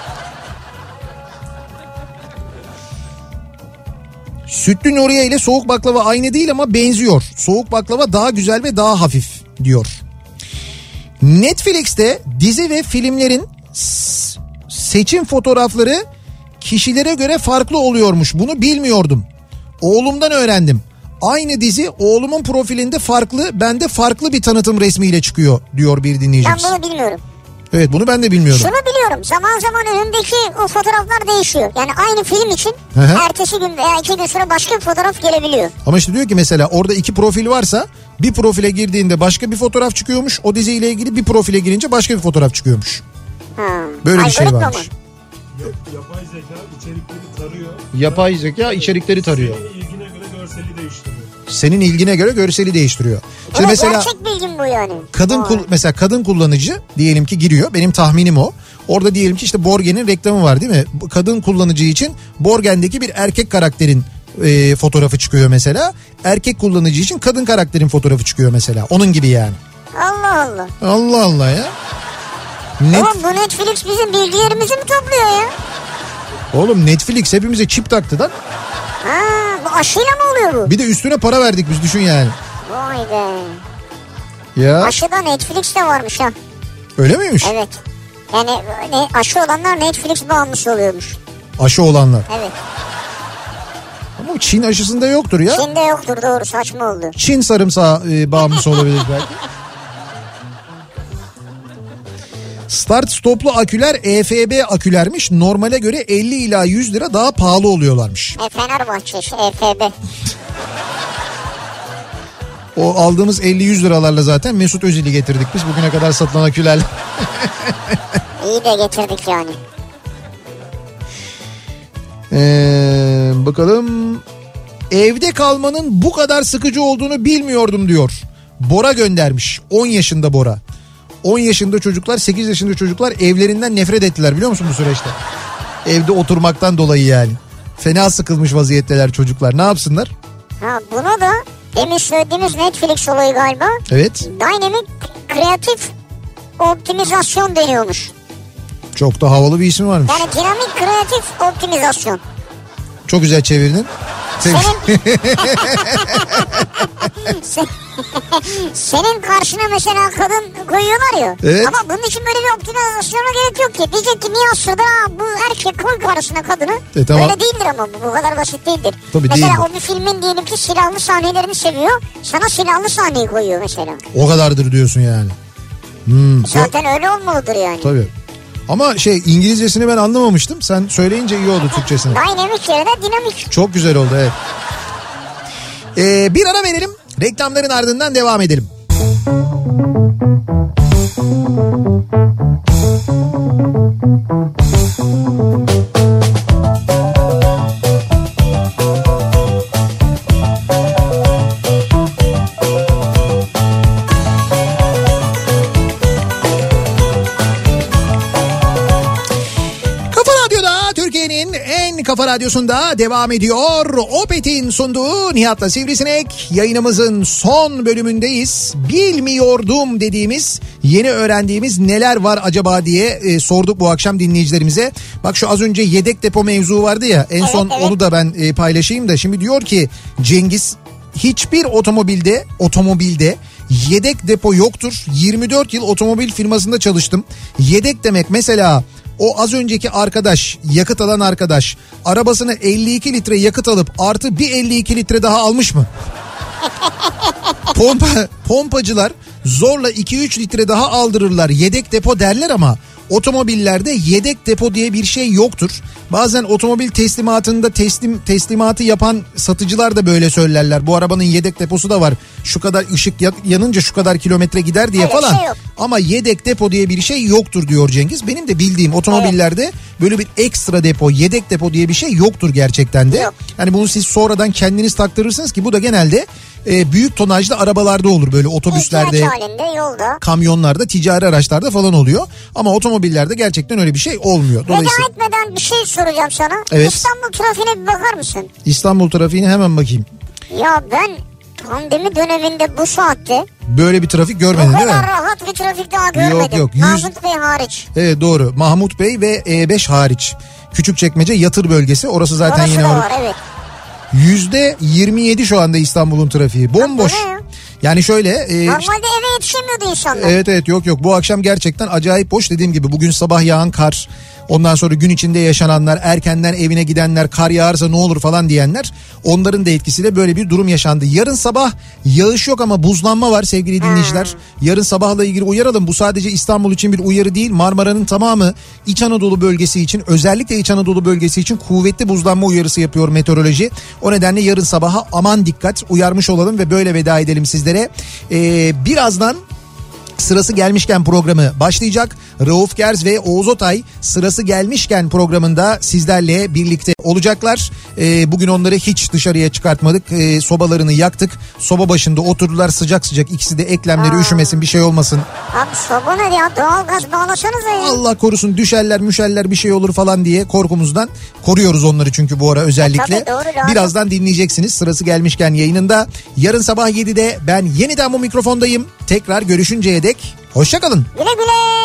Sütlü Nuriye ile soğuk baklava aynı değil ama benziyor. Soğuk baklava daha güzel ve daha hafif diyor. Netflix'te dizi ve filmlerin seçim fotoğrafları kişilere göre farklı oluyormuş. Bunu bilmiyordum. Oğlumdan öğrendim. Aynı dizi oğlumun profilinde farklı, bende farklı bir tanıtım resmiyle çıkıyor diyor bir dinleyicimiz. Ben bunu bilmiyorum. Evet, bunu ben de bilmiyorum. Şunu biliyorum, zaman zaman önündeki o fotoğraflar değişiyor. Yani aynı film için ertesi gün veya 2 gün sonra başka bir fotoğraf gelebiliyor. Ama işte diyor ki mesela orada 2 profil varsa bir profile girdiğinde başka bir fotoğraf çıkıyormuş. O diziyle ilgili bir profile girince başka bir fotoğraf çıkıyormuş. Böyle bir şey varmış. Yapay zeka içerikleri tarıyor. Yapay zeka içerikleri tarıyor. Senin ilgine göre görseli değiştiriyor. Senin ilgine göre görseli değiştiriyor. Şimdi mesela gerçek bilgim bu yani. Mesela kadın kullanıcı diyelim ki giriyor. Benim tahminim o. Orada diyelim ki işte Borgen'in reklamı var değil mi? Kadın kullanıcı için Borgen'deki bir erkek karakterin fotoğrafı çıkıyor mesela. Erkek kullanıcı için kadın karakterin fotoğrafı çıkıyor mesela. Onun gibi yani. Allah Allah. Allah Allah ya. Oğlum bu Netflix bizim bilgilerimizi mi topluyor ya? Oğlum Netflix hepimize çip taktı lan. Bu aşıyla mı oluyor bu? Bir de üstüne para verdik biz, düşün yani. Vay be. Ya. Aşıda Netflix de varmış ha. Öyle miymiş? Evet. Yani aşı olanlar Netflix bağımlısı oluyormuş. Aşı olanlar. Evet. Ama Çin aşısında yoktur ya. Çin'de yoktur, doğru, saçma oldu. Çin sarımsağı bağımlısı olabilir belki. Start stoplu aküler EFB akülermiş. Normale göre 50 ila 100 lira daha pahalı oluyorlarmış. Fenerbahçe EFB. O aldığımız 50-100 liralarla zaten Mesut Özil'i getirdik biz bugüne kadar satılan akülerle. İyi de getirdik yani. Bakalım. Evde kalmanın bu kadar sıkıcı olduğunu bilmiyordum diyor. Bora göndermiş. 10 yaşında Bora. 10 yaşında çocuklar, 8 yaşında çocuklar evlerinden nefret ettiler biliyor musun bu süreçte? Evde oturmaktan dolayı yani. Fena sıkılmış vaziyetteler çocuklar. Ne yapsınlar? Ha, buna da demin söylediğimiz Netflix olayı galiba. Evet. Dynamic kreatif optimizasyon deniyormuş. Çok da havalı bir ismi varmış. Yani dinamik kreatif optimizasyon. Çok güzel çevirdin. Senin karşına mesela kadın koyuyorlar ya. Evet. Ama bunun için böyle bir optimizasyona gerek yok ki. Diyecek ki niye asırda bu erkek koy karşısına kadını. Tamam. Öyle değildir ama bu kadar basit değildir. Tabii mesela değildir. o bir filmin diyelim ki silahlı sahnelerini seviyor. Sana silahlı sahneyi koyuyor mesela. O kadardır diyorsun yani. Zaten öyle olmalıdır yani. Tabii. Ama İngilizcesini ben anlamamıştım. Sen söyleyince iyi oldu Türkçesini. Dynamic yerine dinamik. Çok güzel oldu evet. Bir ara verelim. Reklamların ardından devam edelim. Kafa Radyosu'nda devam ediyor. Opet'in sunduğu Nihat'la Sivrisinek yayınımızın son bölümündeyiz. Bilmiyordum dediğimiz, yeni öğrendiğimiz neler var acaba diye sorduk bu akşam dinleyicilerimize. Bak şu az önce yedek depo mevzu vardı ya, en son evet. Onu da ben paylaşayım da şimdi diyor ki Cengiz, hiçbir otomobilde yedek depo yoktur. 24 yıl otomobil firmasında çalıştım. Yedek demek mesela o az önceki arkadaş, yakıt alan arkadaş arabasına 52 litre yakıt alıp artı bir 52 litre daha almış mı? Pompacılar zorla 2-3 litre daha aldırırlar, yedek depo derler ama otomobillerde yedek depo diye bir şey yoktur. Bazen otomobil teslimatında teslimatı yapan satıcılar da böyle söylerler. Bu arabanın yedek deposu da var. Şu kadar ışık yanınca şu kadar kilometre gider diye falan. Şey ama yedek depo diye bir şey yoktur diyor Cengiz. Benim de bildiğim otomobillerde böyle bir ekstra depo, yedek depo diye bir şey yoktur gerçekten de. Yok. Yani bunu siz sonradan kendiniz taktırırsınız ki bu da genelde büyük tonajlı arabalarda olur, böyle otobüslerde, yolda, kamyonlarda, ticari araçlarda falan oluyor. Ama otomobillerde gerçekten öyle bir şey olmuyor. Veda etmeden bir şey soracağım sana. Evet. İstanbul trafiğine bir bakar mısın? İstanbul trafiğine hemen bakayım. Ya ben pandemi döneminde bu saatte böyle bir trafik görmedin değil mi? Bu kadar rahat bir trafik daha görmedim. Yok. Mahmut Bey hariç. Evet doğru. Mahmut Bey ve E5 hariç. Küçükçekmece Yatır bölgesi. Orası zaten orası yine var, evet. %27 şu anda İstanbul'un trafiği. Bomboş. Yani şöyle. Normalde eve yetişemiyordu insanlar. Evet yok. Bu akşam gerçekten acayip boş. Dediğim gibi bugün sabah yağan kar. Ondan sonra gün içinde yaşananlar, erkenden evine gidenler, kar yağarsa ne olur falan diyenler, onların da etkisiyle böyle bir durum yaşandı. Yarın sabah yağış yok ama buzlanma var sevgili dinleyiciler. Yarın sabahla ilgili uyaralım. Bu sadece İstanbul için bir uyarı değil. Marmara'nın tamamı İç Anadolu bölgesi için, özellikle İç Anadolu bölgesi için kuvvetli buzlanma uyarısı yapıyor meteoroloji. O nedenle yarın sabaha aman dikkat, uyarmış olalım ve böyle veda edelim sizlere. Birazdan Sırası Gelmişken programı başlayacak. Rauf Gerz ve Oğuz Otay Sırası Gelmişken programında sizlerle birlikte olacaklar. Bugün onları hiç dışarıya çıkartmadık. Sobalarını yaktık. Soba başında oturdular sıcak sıcak. İkisi de eklemleri üşümesin, bir şey olmasın. Abi soba ne ya? Doğalgaz bağlasanıza ya. Allah korusun, düşerler müşerler bir şey olur falan diye korkumuzdan koruyoruz onları çünkü bu ara özellikle. Tabii, doğru. Birazdan dinleyeceksiniz Sırası Gelmişken yayınında. Yarın sabah 7'de ben yeniden bu mikrofondayım. Tekrar görüşünceye dek hoşça kalın. Güle güle.